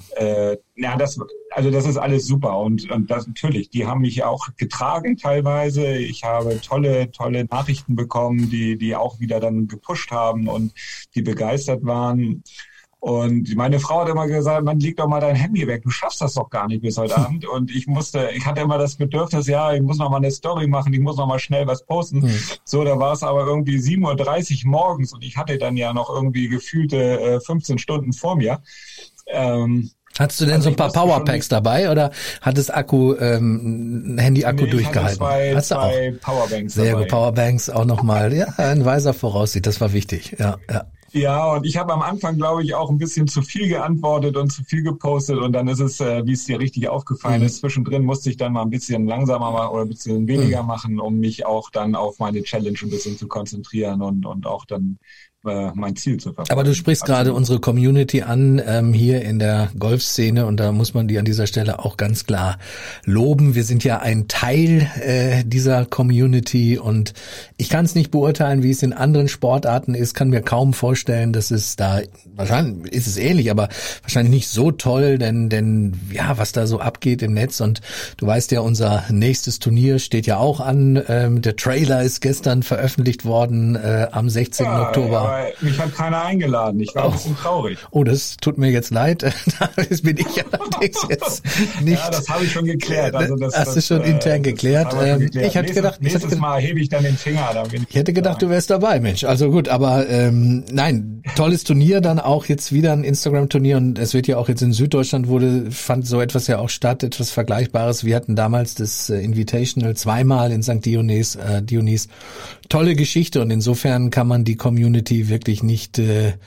Speaker 2: Das ist alles super und das natürlich, die haben mich auch getragen teilweise. Ich habe tolle Nachrichten bekommen, die auch wieder dann gepusht haben und die begeistert waren. Und meine Frau hat immer gesagt, man leg doch mal dein Handy weg, du schaffst das doch gar nicht bis heute Abend. Und ich hatte immer das Bedürfnis, ich muss noch mal eine Story machen, ich muss noch mal schnell was posten. So, da war es aber irgendwie 7:30 Uhr morgens und ich hatte dann ja noch irgendwie gefühlte 15 Stunden vor mir.
Speaker 1: Hattest du denn so ein paar Powerpacks dabei oder hat das Handy-Akku durchgehalten?
Speaker 2: Hast du auch? Powerbanks
Speaker 1: sehr dabei. Gut, Powerbanks auch nochmal, ein weiser voraussieht, das war wichtig, ja.
Speaker 2: Ja, und ich habe am Anfang, glaube ich, auch ein bisschen zu viel geantwortet und zu viel gepostet und dann ist es, wie es dir richtig aufgefallen ist, zwischendrin musste ich dann mal ein bisschen langsamer oder ein bisschen weniger machen, um mich auch dann auf meine Challenge ein bisschen zu konzentrieren und auch dann mein Ziel zu verfolgen.
Speaker 1: Aber du sprichst gerade unsere Community an, hier in der Golfszene und da muss man die an dieser Stelle auch ganz klar loben. Wir sind ja ein Teil dieser Community und ich kann es nicht beurteilen, wie es in anderen Sportarten ist, kann mir kaum vorstellen, dass es da, wahrscheinlich ist es ähnlich, aber wahrscheinlich nicht so toll, denn was da so abgeht im Netz und du weißt ja, unser nächstes Turnier steht ja auch an, der Trailer ist gestern veröffentlicht worden, am 16. Oktober.
Speaker 2: Aber mich hat keiner eingeladen. Ich war ein bisschen traurig.
Speaker 1: Oh, das tut mir jetzt leid. Das bin ich allerdings jetzt nicht.
Speaker 2: Ja, das habe ich schon geklärt. Also das
Speaker 1: hast du schon intern geklärt. Ich hatte gedacht,
Speaker 2: nächstes Mal hebe ich dann den Finger.
Speaker 1: Ich hätte gedacht, du wärst dabei, Mensch. Also gut, aber nein, tolles Turnier, dann auch jetzt wieder ein Instagram-Turnier und es wird ja auch jetzt in Süddeutschland fand so etwas ja auch statt, etwas Vergleichbares. Wir hatten damals das Invitational zweimal in St. Dionys. Tolle Geschichte und insofern kann man die Community wirklich nicht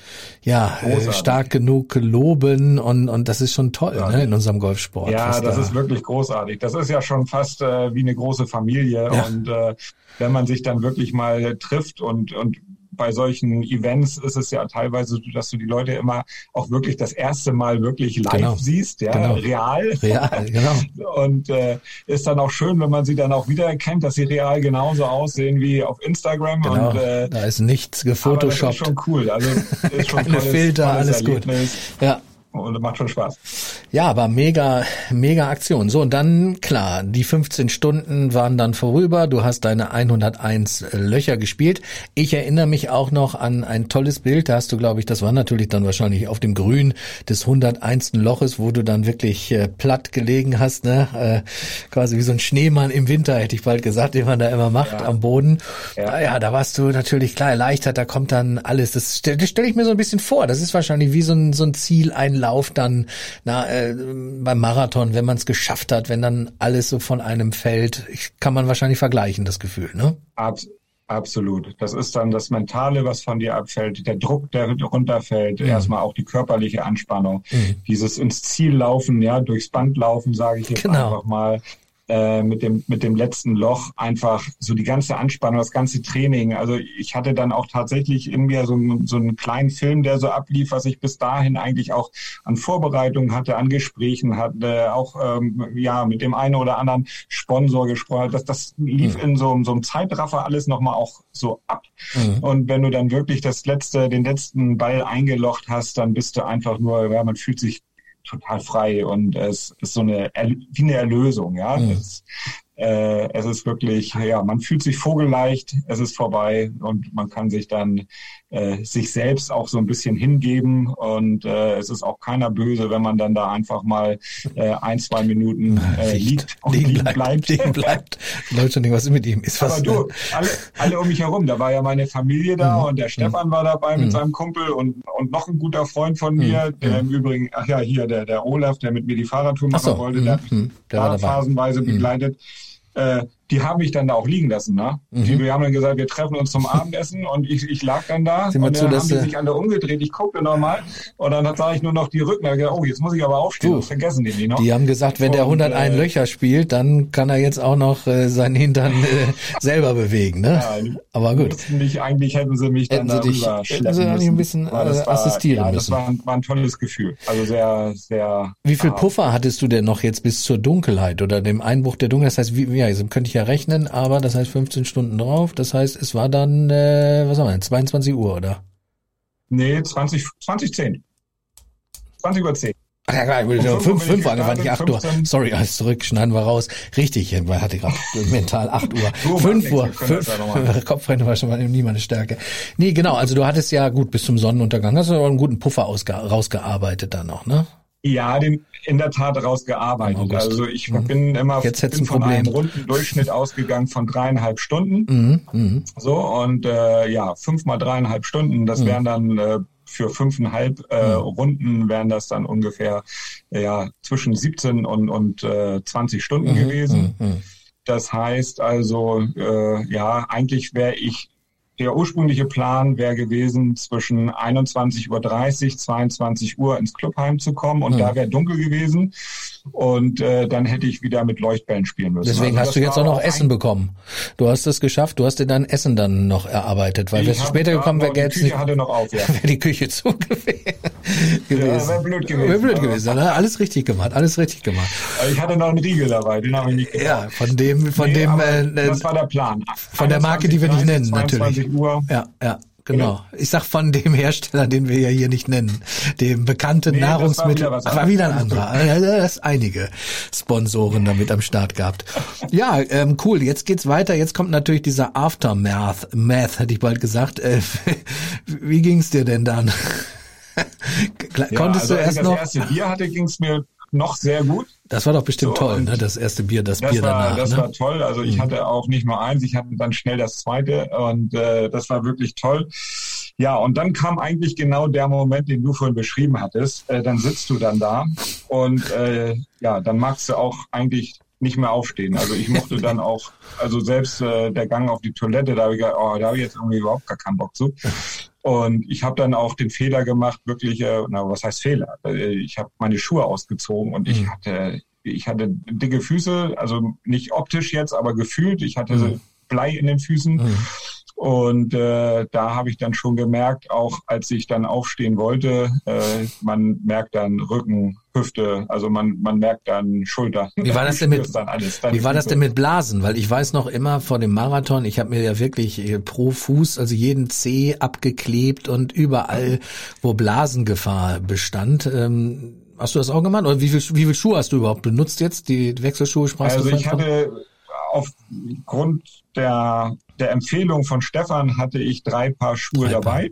Speaker 1: stark genug loben und das ist schon toll, ne, in unserem Golfsport.
Speaker 2: Ja, das ist wirklich großartig. Das ist ja schon fast wie eine große Familie und wenn man sich dann wirklich mal trifft und bei solchen Events ist es ja teilweise, dass du die Leute immer auch wirklich das erste Mal wirklich live siehst, real.
Speaker 1: Real, genau.
Speaker 2: Und ist dann auch schön, wenn man sie dann auch wiedererkennt, dass sie real genauso aussehen wie auf Instagram.
Speaker 1: Genau,
Speaker 2: und
Speaker 1: da ist nichts gefotoshoppt.
Speaker 2: Das ist schon cool. Also ist schon
Speaker 1: keine Filter, alles Erlebnis. Gut. Ja.
Speaker 2: Und macht schon Spaß.
Speaker 1: Ja, aber mega Aktion. So, und dann, klar, die 15 Stunden waren dann vorüber. Du hast deine 101 Löcher gespielt. Ich erinnere mich auch noch an ein tolles Bild. Da hast du, glaube ich, das war natürlich dann wahrscheinlich auf dem Grün des 101. Loches, wo du dann wirklich platt gelegen hast, ne? Quasi wie so ein Schneemann im Winter, hätte ich bald gesagt, den man da immer macht, am Boden. Ja, da warst du natürlich klar erleichtert. Da kommt dann alles. Das stelle ich mir so ein bisschen vor. Das ist wahrscheinlich wie so ein Zieleinlauf dann beim Marathon, wenn man es geschafft hat, wenn dann alles so von einem fällt, kann man wahrscheinlich vergleichen, das Gefühl, ne?
Speaker 2: Absolut. Das ist dann das Mentale, was von dir abfällt, der Druck, der runterfällt, erstmal auch die körperliche Anspannung, dieses ins Ziel laufen, durchs Band laufen, sage ich jetzt einfach mal. Mit dem letzten Loch einfach so die ganze Anspannung, das ganze Training. Also ich hatte dann auch tatsächlich in mir so einen kleinen Film, der so ablief, was ich bis dahin eigentlich auch an Vorbereitungen hatte, an Gesprächen hatte, auch mit dem einen oder anderen Sponsor gesprochen. Das lief in so einem Zeitraffer alles nochmal auch so ab. Und wenn du dann wirklich den letzten Ball eingelocht hast, dann bist du einfach nur, man fühlt sich total frei und es ist so wie eine Erlösung, es ist wirklich, man fühlt sich vogelleicht, es ist vorbei und man kann sich dann sich selbst auch so ein bisschen hingeben und es ist auch keiner böse, wenn man dann da einfach mal 1-2 Minuten liegt und liegen bleibt.
Speaker 1: Leute schon denken, was ist mit ihm?
Speaker 2: Aber du, alle um mich herum, da war ja meine Familie da und der Stefan war dabei mit seinem Kumpel und noch ein guter Freund von mir, der im Übrigen, der Olaf, der mit mir die Fahrradtour machen wollte, der hat mich da phasenweise begleitet. Die haben mich dann da auch liegen lassen, ne? Wir haben dann gesagt, wir treffen uns zum Abendessen und ich lag dann da und dann haben die sich alle umgedreht, ich guckte nochmal und dann sah ich nur noch die Rücken, da gesagt, jetzt muss ich aber aufstehen, das vergessen die nicht noch.
Speaker 1: Die haben gesagt, wenn der 101 Löcher spielt, dann kann er jetzt auch noch seinen Hintern selber bewegen, ne? Ja, aber gut.
Speaker 2: Eigentlich hätten sie mich dann darüber schleppen müssen.
Speaker 1: Ein bisschen assistieren müssen.
Speaker 2: Das war ein tolles Gefühl, also sehr, sehr...
Speaker 1: Wie viel Puffer hattest du denn noch jetzt bis zur Dunkelheit oder dem Einbruch der Dunkelheit? Das heißt, jetzt könnte ich ja rechnen, aber das heißt 15 Stunden drauf. Das heißt, es war dann, 22 Uhr, oder?
Speaker 2: Nee, 20:10. 20:10.
Speaker 1: Ach ja, klar, 5 Uhr angefangen, nicht 8 Uhr. Sorry, alles zurück, schneiden wir raus. Richtig, ich hatte gerade mental 8 Uhr. 5 Uhr. Kopfrechnen war schon mal nie meine Stärke. Nee, genau, also du hattest ja gut bis zum Sonnenuntergang, hast du aber einen guten Puffer rausgearbeitet dann noch, ne?
Speaker 2: Ja, den in der Tat rausgearbeitet. Also ich bin immer von einem runden Durchschnitt ausgegangen von 3,5 Stunden. So, und 5 mal 3,5 Stunden, das wären dann für 5,5 Runden wären das dann ungefähr zwischen 17 und 20 Stunden gewesen. Das heißt also, eigentlich der ursprüngliche Plan wäre gewesen, zwischen 21:30 Uhr, 22 Uhr ins Clubheim zu kommen und da wäre dunkel gewesen und dann hätte ich wieder mit Leuchtbällen spielen müssen.
Speaker 1: Deswegen hast du jetzt auch noch Essen bekommen. Du hast es geschafft, du hast dir dein Essen dann noch erarbeitet, weil wärst du später gekommen, wäre
Speaker 2: die Küche hatte noch auf,
Speaker 1: wäre die Küche zu gewesen.
Speaker 2: Ja, wäre blöd gewesen.
Speaker 1: Wäre blöd gewesen, ne? Alles richtig gemacht.
Speaker 2: Also ich hatte noch einen Riegel dabei, den habe ich nicht gebraucht.
Speaker 1: Ja, von dem
Speaker 2: das war der Plan.
Speaker 1: Von der Marke, die wir nicht nennen,
Speaker 2: 22
Speaker 1: natürlich.
Speaker 2: Uhr.
Speaker 1: Ja. Genau. Ich sag von dem Hersteller, den wir ja hier nicht nennen, dem bekannten Nahrungsmittel. War wieder ein anderer. Das ist einige Sponsoren damit am Start gehabt. Ja, cool. Jetzt geht's weiter. Jetzt kommt natürlich dieser Aftermath. Math, hätte ich bald gesagt. Wie ging's dir denn dann? Konntest du erst noch?
Speaker 2: Als ich das erste Bier hatte, ging's mir noch sehr gut.
Speaker 1: Das war doch bestimmt toll, ne? Das erste Bier, das Bier danach.
Speaker 2: Das war toll. Also ich hatte auch nicht nur eins, ich hatte dann schnell das zweite und das war wirklich toll. Ja, und dann kam eigentlich genau der Moment, den du vorhin beschrieben hattest. Dann sitzt du dann da und dann magst du auch eigentlich nicht mehr aufstehen. Also ich mochte dann auch, also selbst der Gang auf die Toilette, da habe ich gedacht, da habe ich jetzt irgendwie überhaupt gar keinen Bock zu. Und ich habe dann auch den Fehler gemacht, wirklich, was heißt Fehler? Ich habe meine Schuhe ausgezogen und ich hatte dicke Füße, also nicht optisch jetzt, aber gefühlt. Ich hatte Blei in den Füßen. Und da habe ich dann schon gemerkt, auch als ich dann aufstehen wollte, man merkt dann Rücken, Hüfte, also man merkt dann Schulter.
Speaker 1: Wie war das denn mit Blasen? Weil ich weiß noch immer vor dem Marathon, ich habe mir ja wirklich pro Fuß, also jeden Zeh abgeklebt und überall, wo Blasengefahr bestand. Hast du das auch gemacht? Oder wie viel Schuhe hast du überhaupt benutzt jetzt? Die Wechselschuhe sprachst du?
Speaker 2: Also ich hatte aufgrund der Empfehlung von Stefan hatte ich 3 Paar Schuhe dabei.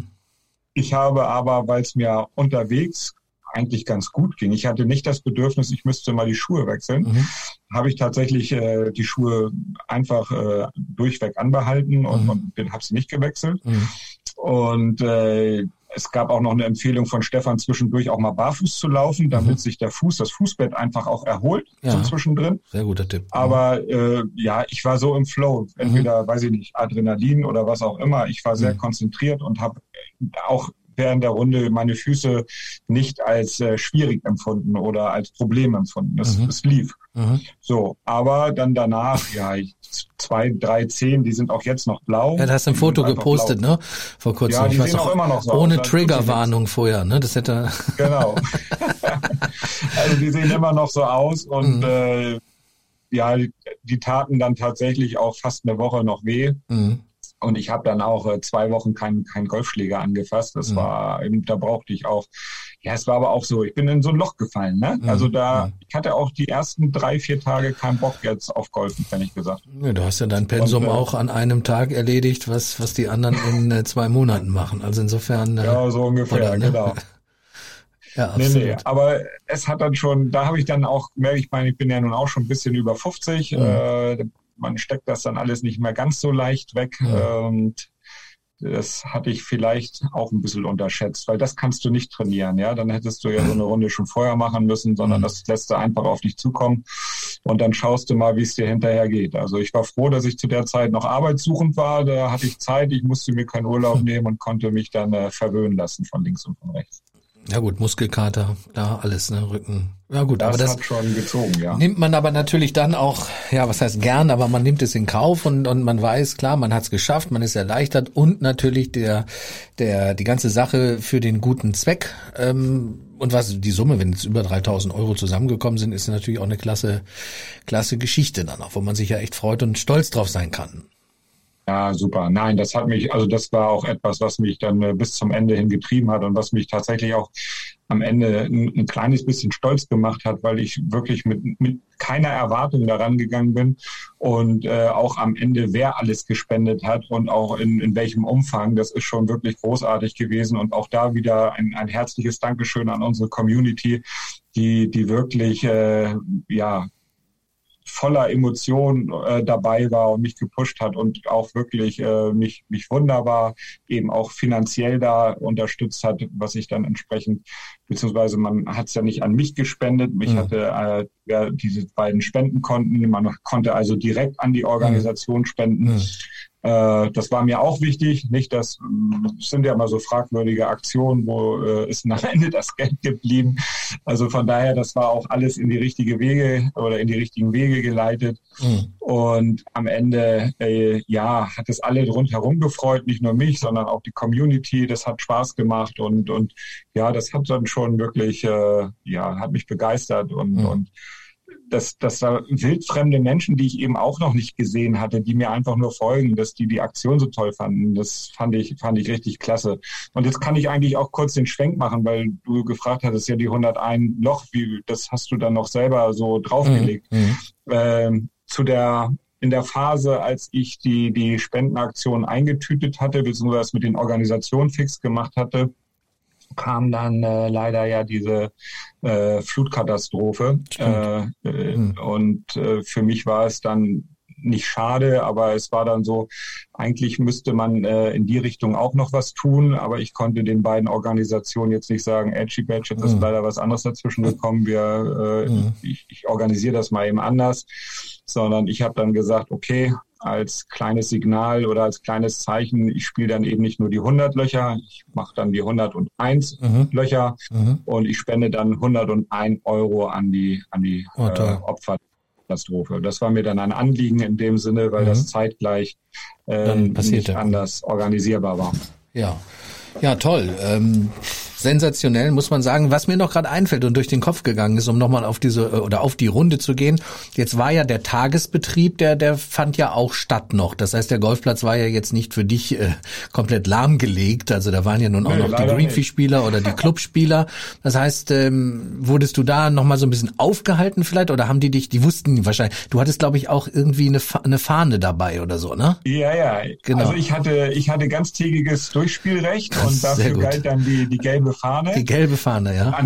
Speaker 2: Ich habe aber, weil es mir unterwegs eigentlich ganz gut ging, ich hatte nicht das Bedürfnis, ich müsste mal die Schuhe wechseln, habe ich tatsächlich die Schuhe einfach durchweg anbehalten und habe sie nicht gewechselt. Und es gab auch noch eine Empfehlung von Stefan, zwischendurch auch mal barfuß zu laufen, damit sich das Fußbett einfach auch erholt, so zwischendrin.
Speaker 1: Sehr guter Tipp.
Speaker 2: Aber ich war so im Flow, entweder, weiß ich nicht, Adrenalin oder was auch immer. Ich war sehr konzentriert und habe auch während der Runde meine Füße nicht als schwierig empfunden oder als Problem empfunden. Es lief. So, aber dann danach, 2, 3 Zehen, die sind auch jetzt noch blau.
Speaker 1: Ja, da hast du ein Foto gepostet, blau, ne? Vor kurzem.
Speaker 2: Ja, die sehen auch immer noch so
Speaker 1: ohne Triggerwarnung vorher, ne? Das hätte.
Speaker 2: Genau. Also die sehen immer noch so aus und die taten dann tatsächlich auch fast eine Woche noch weh. Und ich habe dann auch 2 Wochen keinen Golfschläger angefasst. Das war, da brauchte ich auch, es war aber auch so, ich bin in so ein Loch gefallen, ne? Also ich hatte auch die ersten 3, 4 Tage keinen Bock jetzt auf Golfen, ehrlich gesagt.
Speaker 1: Ja, du hast ja dein Pensum auch an einem Tag erledigt, was die anderen in 2 Monaten machen. Also insofern.
Speaker 2: Ja, so ungefähr,
Speaker 1: oder, ne?
Speaker 2: Genau.
Speaker 1: Ja, absolut.
Speaker 2: Nee, aber es hat dann schon, da habe ich dann auch gemerkt, ich meine, ich bin ja nun auch schon ein bisschen über 50, man steckt das dann alles nicht mehr ganz so leicht weg. Und das hatte ich vielleicht auch ein bisschen unterschätzt, weil das kannst du nicht trainieren. Ja, dann hättest du ja so eine Runde schon vorher machen müssen, sondern das lässt du einfach auf dich zukommen und dann schaust du mal, wie es dir hinterher geht. Also ich war froh, dass ich zu der Zeit noch arbeitssuchend war. Da hatte ich Zeit, ich musste mir keinen Urlaub nehmen und konnte mich dann verwöhnen lassen von links und von rechts.
Speaker 1: Ja gut, Muskelkater, da alles, ne, Rücken. Ja gut,
Speaker 2: das
Speaker 1: aber das
Speaker 2: hat schon gezogen, ja.
Speaker 1: Nimmt man aber natürlich dann auch, was heißt gern, aber man nimmt es in Kauf und man weiß, klar, man hat es geschafft, man ist erleichtert und natürlich die ganze Sache für den guten Zweck. Und was die Summe, wenn jetzt über 3.000 Euro zusammengekommen sind, ist natürlich auch eine klasse Geschichte dann auch, wo man sich ja echt freut und stolz drauf sein kann.
Speaker 2: Ja, super. Nein, das war auch etwas, was mich dann bis zum Ende hin getrieben hat und was mich tatsächlich auch am Ende ein kleines bisschen stolz gemacht hat, weil ich wirklich mit keiner Erwartung daran gegangen bin und auch am Ende, wer alles gespendet hat und auch in welchem Umfang, das ist schon wirklich großartig gewesen und auch da wieder ein herzliches Dankeschön an unsere Community, die wirklich voller Emotionen dabei war und mich gepusht hat und auch wirklich mich wunderbar eben auch finanziell da unterstützt hat, was ich dann entsprechend, beziehungsweise man hat es ja nicht an mich gespendet, ich hatte diese beiden Spendenkonten, man konnte also direkt an die Organisation spenden. Das war mir auch wichtig, nicht, das sind ja immer so fragwürdige Aktionen, wo ist am Ende das Geld geblieben. Also von daher, das war auch alles in die richtigen Wege geleitet. Und am Ende, hat es alle rundherum gefreut, nicht nur mich, sondern auch die Community. Das hat Spaß gemacht und das hat dann schon wirklich, hat mich begeistert und dass da wildfremde Menschen, die ich eben auch noch nicht gesehen hatte, die mir einfach nur folgen, dass die Aktion so toll fanden. Das fand ich richtig klasse. Und jetzt kann ich eigentlich auch kurz den Schwenk machen, weil du gefragt hattest, ja die 101 Loch, das hast du dann noch selber so draufgelegt. In der Phase, als ich die Spendenaktion eingetütet hatte, beziehungsweise mit den Organisationen fix gemacht hatte, kam dann leider ja diese Flutkatastrophe. Und für mich war es dann nicht schade, aber es war dann so, eigentlich müsste man in die Richtung auch noch was tun, aber ich konnte den beiden Organisationen jetzt nicht sagen, Edgy Badge, jetzt ist leider was anderes dazwischen gekommen, ich organisiere das mal eben anders, sondern ich habe dann gesagt, okay, als kleines Signal oder als kleines Zeichen, ich spiele dann eben nicht nur die 100 Löcher, ich mache dann die 101 Löcher und ich spende dann 101 € an die Opferkatastrophe. Das war mir dann ein Anliegen in dem Sinne, weil das zeitgleich nicht anders organisierbar war.
Speaker 1: Ja, toll. Sensationell, muss man sagen. Was mir noch gerade einfällt und durch den Kopf gegangen ist, um nochmal auf die Runde zu gehen. Jetzt war ja der Tagesbetrieb, der fand ja auch statt noch. Das heißt, der Golfplatz war ja jetzt nicht für dich komplett lahmgelegt. Also da waren ja nun auch noch die Greenfee-Spieler oder die Clubspieler. Das heißt, wurdest du da nochmal so ein bisschen aufgehalten vielleicht? Oder haben die wussten wahrscheinlich, du hattest glaube ich auch irgendwie eine Fahne dabei oder so, ne?
Speaker 2: Ja. Genau. Also ich hatte ganztägiges Durchspielrecht und dafür galt dann die gelbe Fahne.
Speaker 1: Die gelbe Fahne, ja.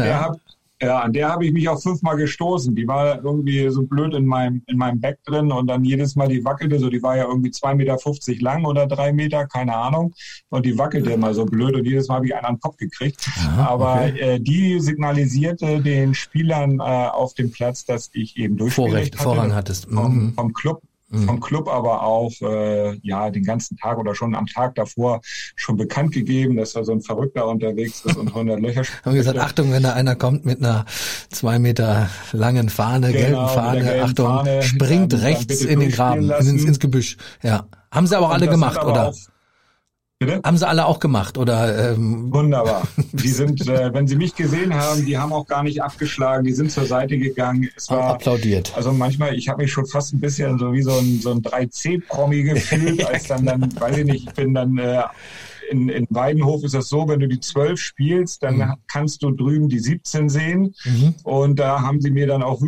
Speaker 2: An der habe ich mich auch 5-mal gestoßen. Die war irgendwie so blöd in meinem Back drin und dann jedes Mal die wackelte so. Die war ja irgendwie 2,50 Meter lang oder 3 Meter, keine Ahnung. Und die wackelte immer so blöd und jedes Mal habe ich einen an den Kopf gekriegt. Aber die signalisierte den Spielern auf dem Platz, dass ich eben Durchspielrecht hatte.
Speaker 1: Vorrang hattest.
Speaker 2: Vom Club. Vom Club aber auch den ganzen Tag oder schon am Tag davor schon bekannt gegeben, dass da so ein Verrückter unterwegs ist und 100 Löcher spielt.
Speaker 1: Haben gesagt, Achtung, wenn da einer kommt mit einer 2 Meter langen Fahne, gelben Fahne, Achtung, Fahne, springt rechts in den Graben, ins Gebüsch. Ja, haben sie aber auch alle gemacht, oder?
Speaker 2: Bitte?
Speaker 1: Haben sie alle auch gemacht, oder?
Speaker 2: Wunderbar. Die sind, wenn sie mich gesehen haben, die haben auch gar nicht abgeschlagen, die sind zur Seite gegangen. Es war
Speaker 1: applaudiert.
Speaker 2: Also manchmal, ich habe mich schon fast ein bisschen so wie so ein 3C-Promi gefühlt, als dann, weiß ich nicht, ich bin dann in Weidenhof ist das so, wenn du die 12 spielst, dann kannst du drüben die 17 sehen. Und da haben sie mir dann auch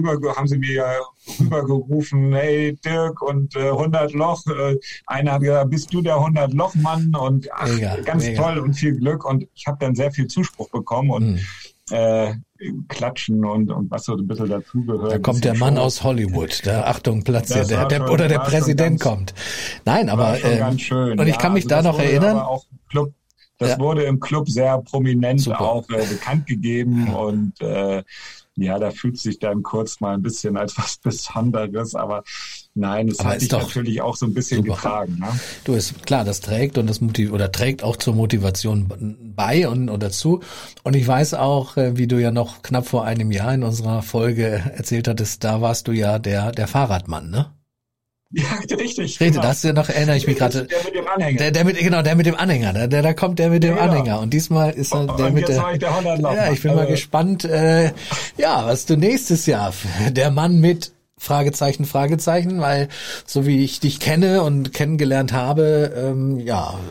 Speaker 2: rübergerufen, hey Dirk und 100 Loch. Einer hat gesagt, bist du der 100 Loch Mann? Und ganz toll und viel Glück. Und ich habe dann sehr viel Zuspruch bekommen und Klatschen und was so ein bisschen dazugehört.
Speaker 1: Da kommt der Mann aus Hollywood. Da, Achtung, Platz hier. Der Präsident kommt. Nein, aber
Speaker 2: ganz schön.
Speaker 1: Und ich kann mich da noch erinnern.
Speaker 2: Das wurde im Club sehr prominent auch bekannt gegeben und da fühlt sich dann kurz mal ein bisschen als was Besonderes, aber nein, es hat dich natürlich auch so ein bisschen getragen. Ne?
Speaker 1: Du, ist klar, das trägt und das trägt auch zur Motivation bei und dazu. Und ich weiß auch, wie du ja noch knapp vor einem Jahr in unserer Folge erzählt hattest, da warst du ja der Fahrradmann, ne?
Speaker 2: Ja, richtig.
Speaker 1: Genau. Das erinnere ich mich gerade.
Speaker 2: Der mit dem Anhänger.
Speaker 1: Der mit dem Anhänger. Da kommt der mit dem Anhänger. Und diesmal ist er der mit der
Speaker 2: 100 Lauf.
Speaker 1: Ja, ich bin mal gespannt, was du nächstes Jahr, der Mann mit Fragezeichen, weil so wie ich dich kenne und kennengelernt habe,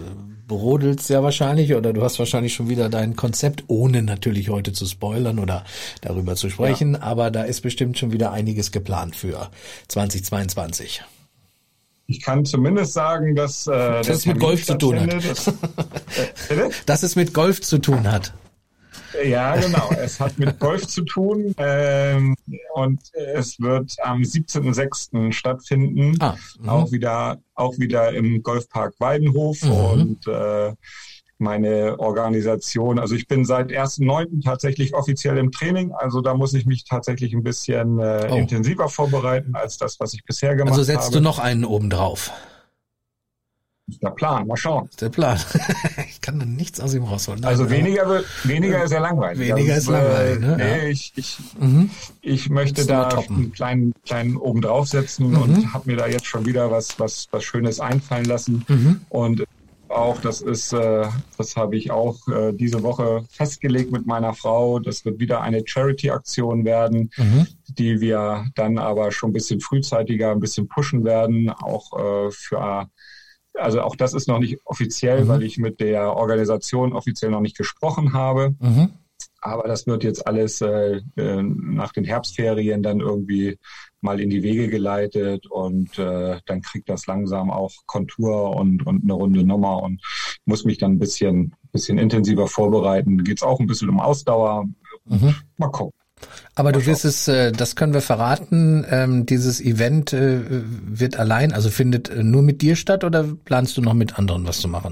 Speaker 1: brodelt's ja wahrscheinlich oder du hast wahrscheinlich schon wieder dein Konzept, ohne natürlich heute zu spoilern oder darüber zu sprechen, aber da ist bestimmt schon wieder einiges geplant für 2022.
Speaker 2: Ich kann zumindest sagen, dass
Speaker 1: das mit Golf zu tun hat. Dass es mit Golf zu tun hat.
Speaker 2: Ja, genau. Es hat mit Golf zu tun und es wird am 17.06. stattfinden. Auch wieder im Golfpark Weidenhof und meine Organisation. Also ich bin seit 1.9. tatsächlich offiziell im Training. Also da muss ich mich tatsächlich ein bisschen intensiver vorbereiten als das, was ich bisher gemacht habe.
Speaker 1: Also setzt du noch einen oben drauf?
Speaker 2: Der Plan, mal schauen.
Speaker 1: Das ist der Plan. Ich kann dann nichts aus ihm rausholen.
Speaker 2: Also weniger ist ja langweilig.
Speaker 1: Weniger ist langweilig, ne?
Speaker 2: Nee, ich möchte da einen kleinen oben draufsetzen und habe mir da jetzt schon wieder was Schönes einfallen lassen. Und auch, das habe ich auch diese Woche festgelegt mit meiner Frau. Das wird wieder eine Charity-Aktion werden, die wir dann aber schon ein bisschen frühzeitiger, ein bisschen pushen werden, auch also auch das ist noch nicht offiziell, weil ich mit der Organisation offiziell noch nicht gesprochen habe. Aber das wird jetzt alles nach den Herbstferien dann irgendwie mal in die Wege geleitet und dann kriegt das langsam auch Kontur und eine runde Nummer und muss mich dann ein bisschen intensiver vorbereiten. Da geht es auch ein bisschen um Ausdauer. Mal gucken.
Speaker 1: Aber du wirst es, das können wir verraten, dieses Event wird allein, also findet nur mit dir statt oder planst du noch mit anderen was zu machen?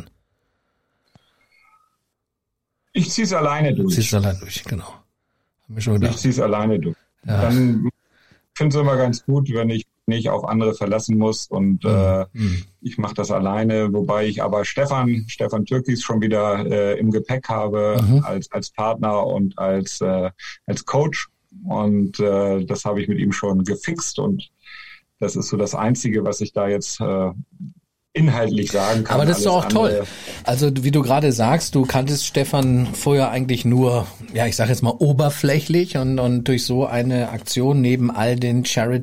Speaker 2: Ich ziehe es alleine durch.
Speaker 1: Ziehst es alleine durch, genau. Hab mir schon gedacht.
Speaker 2: Ich ziehe es alleine durch.
Speaker 1: Ja.
Speaker 2: Dann finde ich es immer ganz gut, wenn ich nicht auf andere verlassen muss und ich mache das alleine, wobei ich aber Stefan Türkis schon wieder im Gepäck habe als Partner und als Coach und das habe ich mit ihm schon gefixt und das ist so das Einzige, was ich da jetzt inhaltlich sagen kann.
Speaker 1: Aber das ist doch auch toll. Also wie du gerade sagst, du kanntest Stefan vorher eigentlich nur, ja, ich sage jetzt mal oberflächlich und durch so eine Aktion neben all den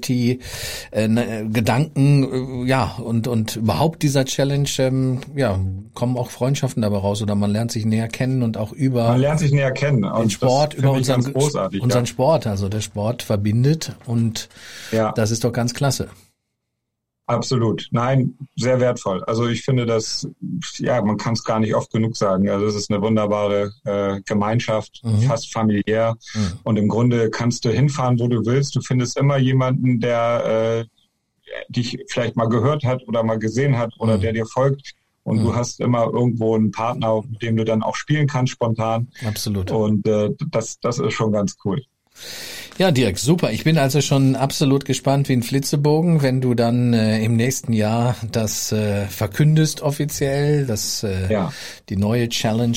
Speaker 1: Charity-Gedanken, und überhaupt dieser Challenge, kommen auch Freundschaften dabei raus oder man lernt sich näher kennen und auch
Speaker 2: man lernt sich näher kennen.
Speaker 1: Den Sport, über unseren Sport, also der Sport verbindet und das ist doch ganz klasse.
Speaker 2: Absolut. Nein, sehr wertvoll. Also ich finde das, man kann es gar nicht oft genug sagen. Also es ist eine wunderbare Gemeinschaft, fast familiär. Und im Grunde kannst du hinfahren, wo du willst. Du findest immer jemanden, der dich vielleicht mal gehört hat oder mal gesehen hat oder der dir folgt. Und du hast immer irgendwo einen Partner, mit dem du dann auch spielen kannst, spontan.
Speaker 1: Absolut.
Speaker 2: Und das ist schon ganz cool.
Speaker 1: Ja, Dirk, super. Ich bin also schon absolut gespannt wie ein Flitzebogen, wenn du dann im nächsten Jahr das verkündest offiziell, die neue Challenge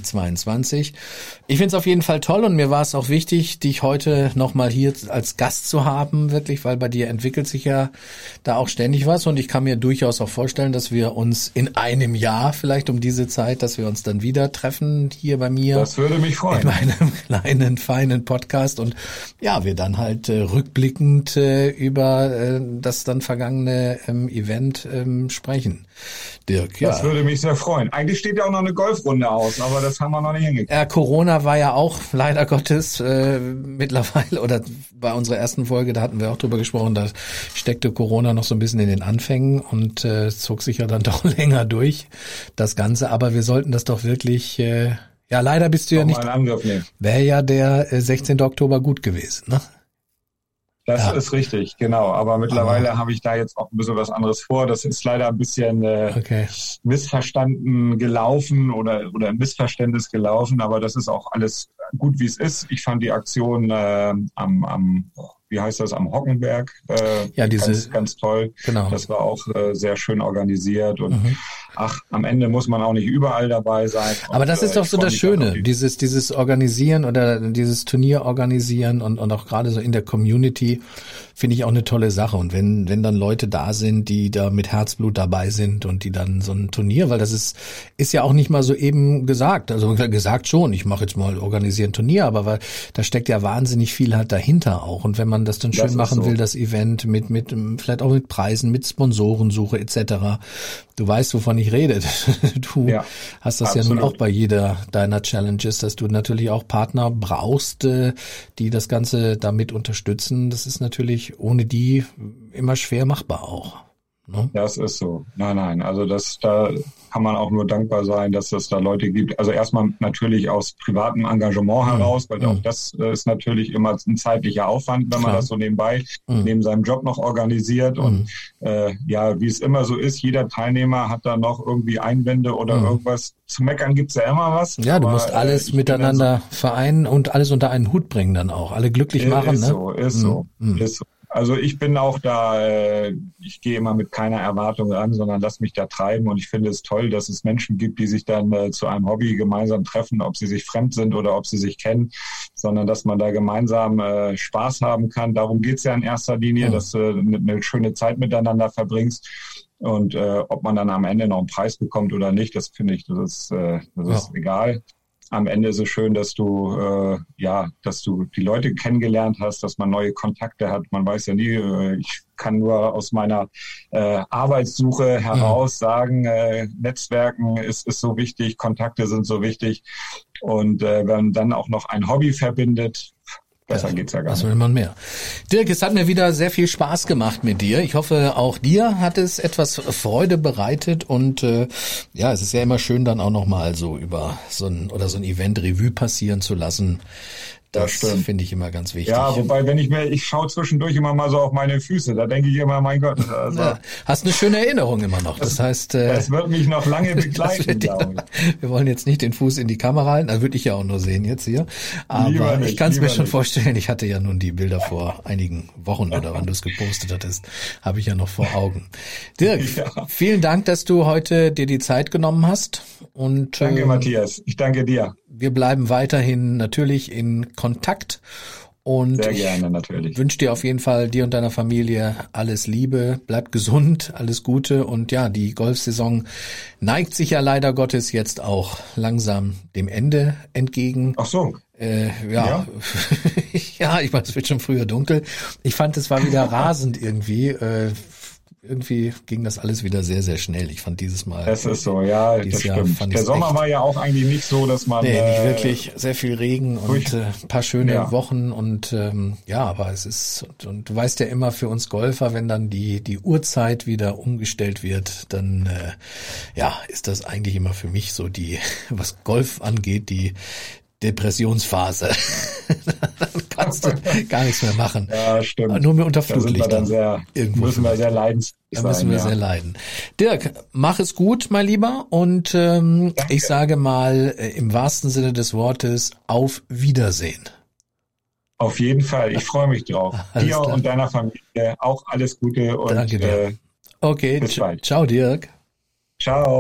Speaker 1: 2022. Ich finde es auf jeden Fall toll und mir war es auch wichtig, dich heute nochmal hier als Gast zu haben, wirklich, weil bei dir entwickelt sich ja da auch ständig was und ich kann mir durchaus auch vorstellen, dass wir uns in einem Jahr vielleicht um diese Zeit, dass wir uns dann wieder treffen hier bei mir.
Speaker 2: Das würde mich freuen.
Speaker 1: In meinem kleinen, feinen Podcast und wir dann halt rückblickend über das dann vergangene Event sprechen. Dirk,
Speaker 2: Das würde mich sehr freuen. Eigentlich steht ja auch noch eine Golfrunde aus, aber das haben wir noch nicht hingekriegt.
Speaker 1: Corona war ja auch leider Gottes mittlerweile, oder bei unserer ersten Folge, da hatten wir auch drüber gesprochen, da steckte Corona noch so ein bisschen in den Anfängen und zog sich ja dann doch länger durch, das Ganze. Aber wir sollten das doch wirklich... leider bist du ja nicht. Wäre ja der 16. Oktober gut gewesen, ne?
Speaker 2: Das ist richtig, genau. Aber mittlerweile habe ich da jetzt auch ein bisschen was anderes vor. Das ist leider ein bisschen missverstanden gelaufen oder ein Missverständnis gelaufen. Aber das ist auch alles gut, wie es ist. Ich fand die Aktion am Hockenberg ganz toll. Genau. Das war auch sehr schön organisiert und am Ende muss man auch nicht überall dabei sein.
Speaker 1: Aber das ist doch so das Schöne, dieses Organisieren oder dieses Turnier organisieren und auch gerade so in der Community. finde ich auch eine tolle Sache. Und wenn dann Leute da sind, die da mit Herzblut dabei sind und die dann so ein Turnier, weil das ist ja auch nicht mal so eben gesagt. Also gesagt schon, ich mache jetzt mal organisieren Turnier, aber weil da steckt ja wahnsinnig viel halt dahinter auch. Und wenn man das dann schön machen will, das Event mit vielleicht auch mit Preisen, mit Sponsorensuche etc. Du weißt, wovon ich rede. Du hast das absolut. Ja nun auch bei jeder deiner Challenges, dass du natürlich auch Partner brauchst, die das Ganze damit unterstützen. Das ist natürlich ohne die immer schwer machbar auch. Ne?
Speaker 2: Das ist so. Nein. Also da kann man auch nur dankbar sein, dass es da Leute gibt. Also erstmal natürlich aus privatem Engagement heraus, weil auch das ist natürlich immer ein zeitlicher Aufwand, wenn man das so nebenbei neben seinem Job noch organisiert. Und wie es immer so ist, jeder Teilnehmer hat da noch irgendwie Einwände oder irgendwas. Zu meckern gibt's ja immer was.
Speaker 1: Ja, du musst alles miteinander vereinen und alles unter einen Hut bringen dann auch. Alle glücklich machen.
Speaker 2: Ist so. Also ich bin auch da, ich gehe immer mit keiner Erwartung ran, sondern lass mich da treiben, und ich finde es toll, dass es Menschen gibt, die sich dann zu einem Hobby gemeinsam treffen, ob sie sich fremd sind oder ob sie sich kennen, sondern dass man da gemeinsam Spaß haben kann. Darum geht's ja in erster Linie, dass du eine schöne Zeit miteinander verbringst. Und ob man dann am Ende noch einen Preis bekommt oder nicht, das finde ich, das ist egal. Am Ende ist es schön, dass du die Leute kennengelernt hast, dass man neue Kontakte hat. Man weiß ja nie, ich kann nur aus meiner Arbeitssuche heraus sagen, Netzwerken ist so wichtig, Kontakte sind so wichtig. Und wenn dann auch noch ein Hobby verbindet, besser geht's ja gar nicht.
Speaker 1: Was will man mehr? Dirk, es hat mir wieder sehr viel Spaß gemacht mit dir. Ich hoffe, auch dir hat es etwas Freude bereitet, und es ist ja immer schön, dann auch nochmal so über so ein Event Revue passieren zu lassen. Das finde ich immer ganz wichtig.
Speaker 2: Ja, wobei, ich schaue zwischendurch immer mal so auf meine Füße, da denke ich immer, mein Gott. Also,
Speaker 1: hast eine schöne Erinnerung immer noch. Das heißt,
Speaker 2: das wird mich noch lange begleiten, glaube ich.
Speaker 1: Wir wollen jetzt nicht den Fuß in die Kamera halten, also würde ich ja auch nur sehen jetzt hier. Aber ich kann es mir schon vorstellen, ich hatte ja nun die Bilder vor einigen Wochen oder wann du es gepostet hattest, habe ich ja noch vor Augen. Dirk, vielen Dank, dass du heute dir die Zeit genommen hast. Und
Speaker 2: danke, Matthias. Ich danke dir.
Speaker 1: Wir bleiben weiterhin natürlich in Kontakt, und
Speaker 2: sehr gerne, natürlich.
Speaker 1: Ich wünsche dir auf jeden Fall, dir und deiner Familie, alles Liebe, bleib gesund, alles Gute, und die Golfsaison neigt sich ja leider Gottes jetzt auch langsam dem Ende entgegen.
Speaker 2: Ach so.
Speaker 1: Ja, ich meine, es wird schon früher dunkel. Ich fand, es war wieder rasend irgendwie. Irgendwie ging das alles wieder sehr, sehr schnell. Ich fand dieses Mal.
Speaker 2: Das ist so, ja, das stimmt. Der Sommer war ja auch eigentlich nicht so, dass man.
Speaker 1: Nee, nicht wirklich. Sehr viel Regen und ein paar schöne Wochen, und aber es ist, und du weißt ja immer, für uns Golfer, wenn dann die Uhrzeit wieder umgestellt wird, dann ist das eigentlich immer für mich so was Golf angeht, die Depressionsphase. Dann kannst du gar nichts mehr machen.
Speaker 2: Ja, stimmt.
Speaker 1: Nur mehr unter Flutlicht.
Speaker 2: Müssen wir sehr leiden.
Speaker 1: Da müssen wir sehr leiden. Dirk, mach es gut, mein Lieber. Und ich sage mal im wahrsten Sinne des Wortes, auf Wiedersehen.
Speaker 2: Auf jeden Fall. Ich freue mich drauf. Dir und deiner Familie auch alles Gute. Und
Speaker 1: danke dir. Okay,
Speaker 2: bis bald.
Speaker 1: Ciao, Dirk.
Speaker 2: Ciao.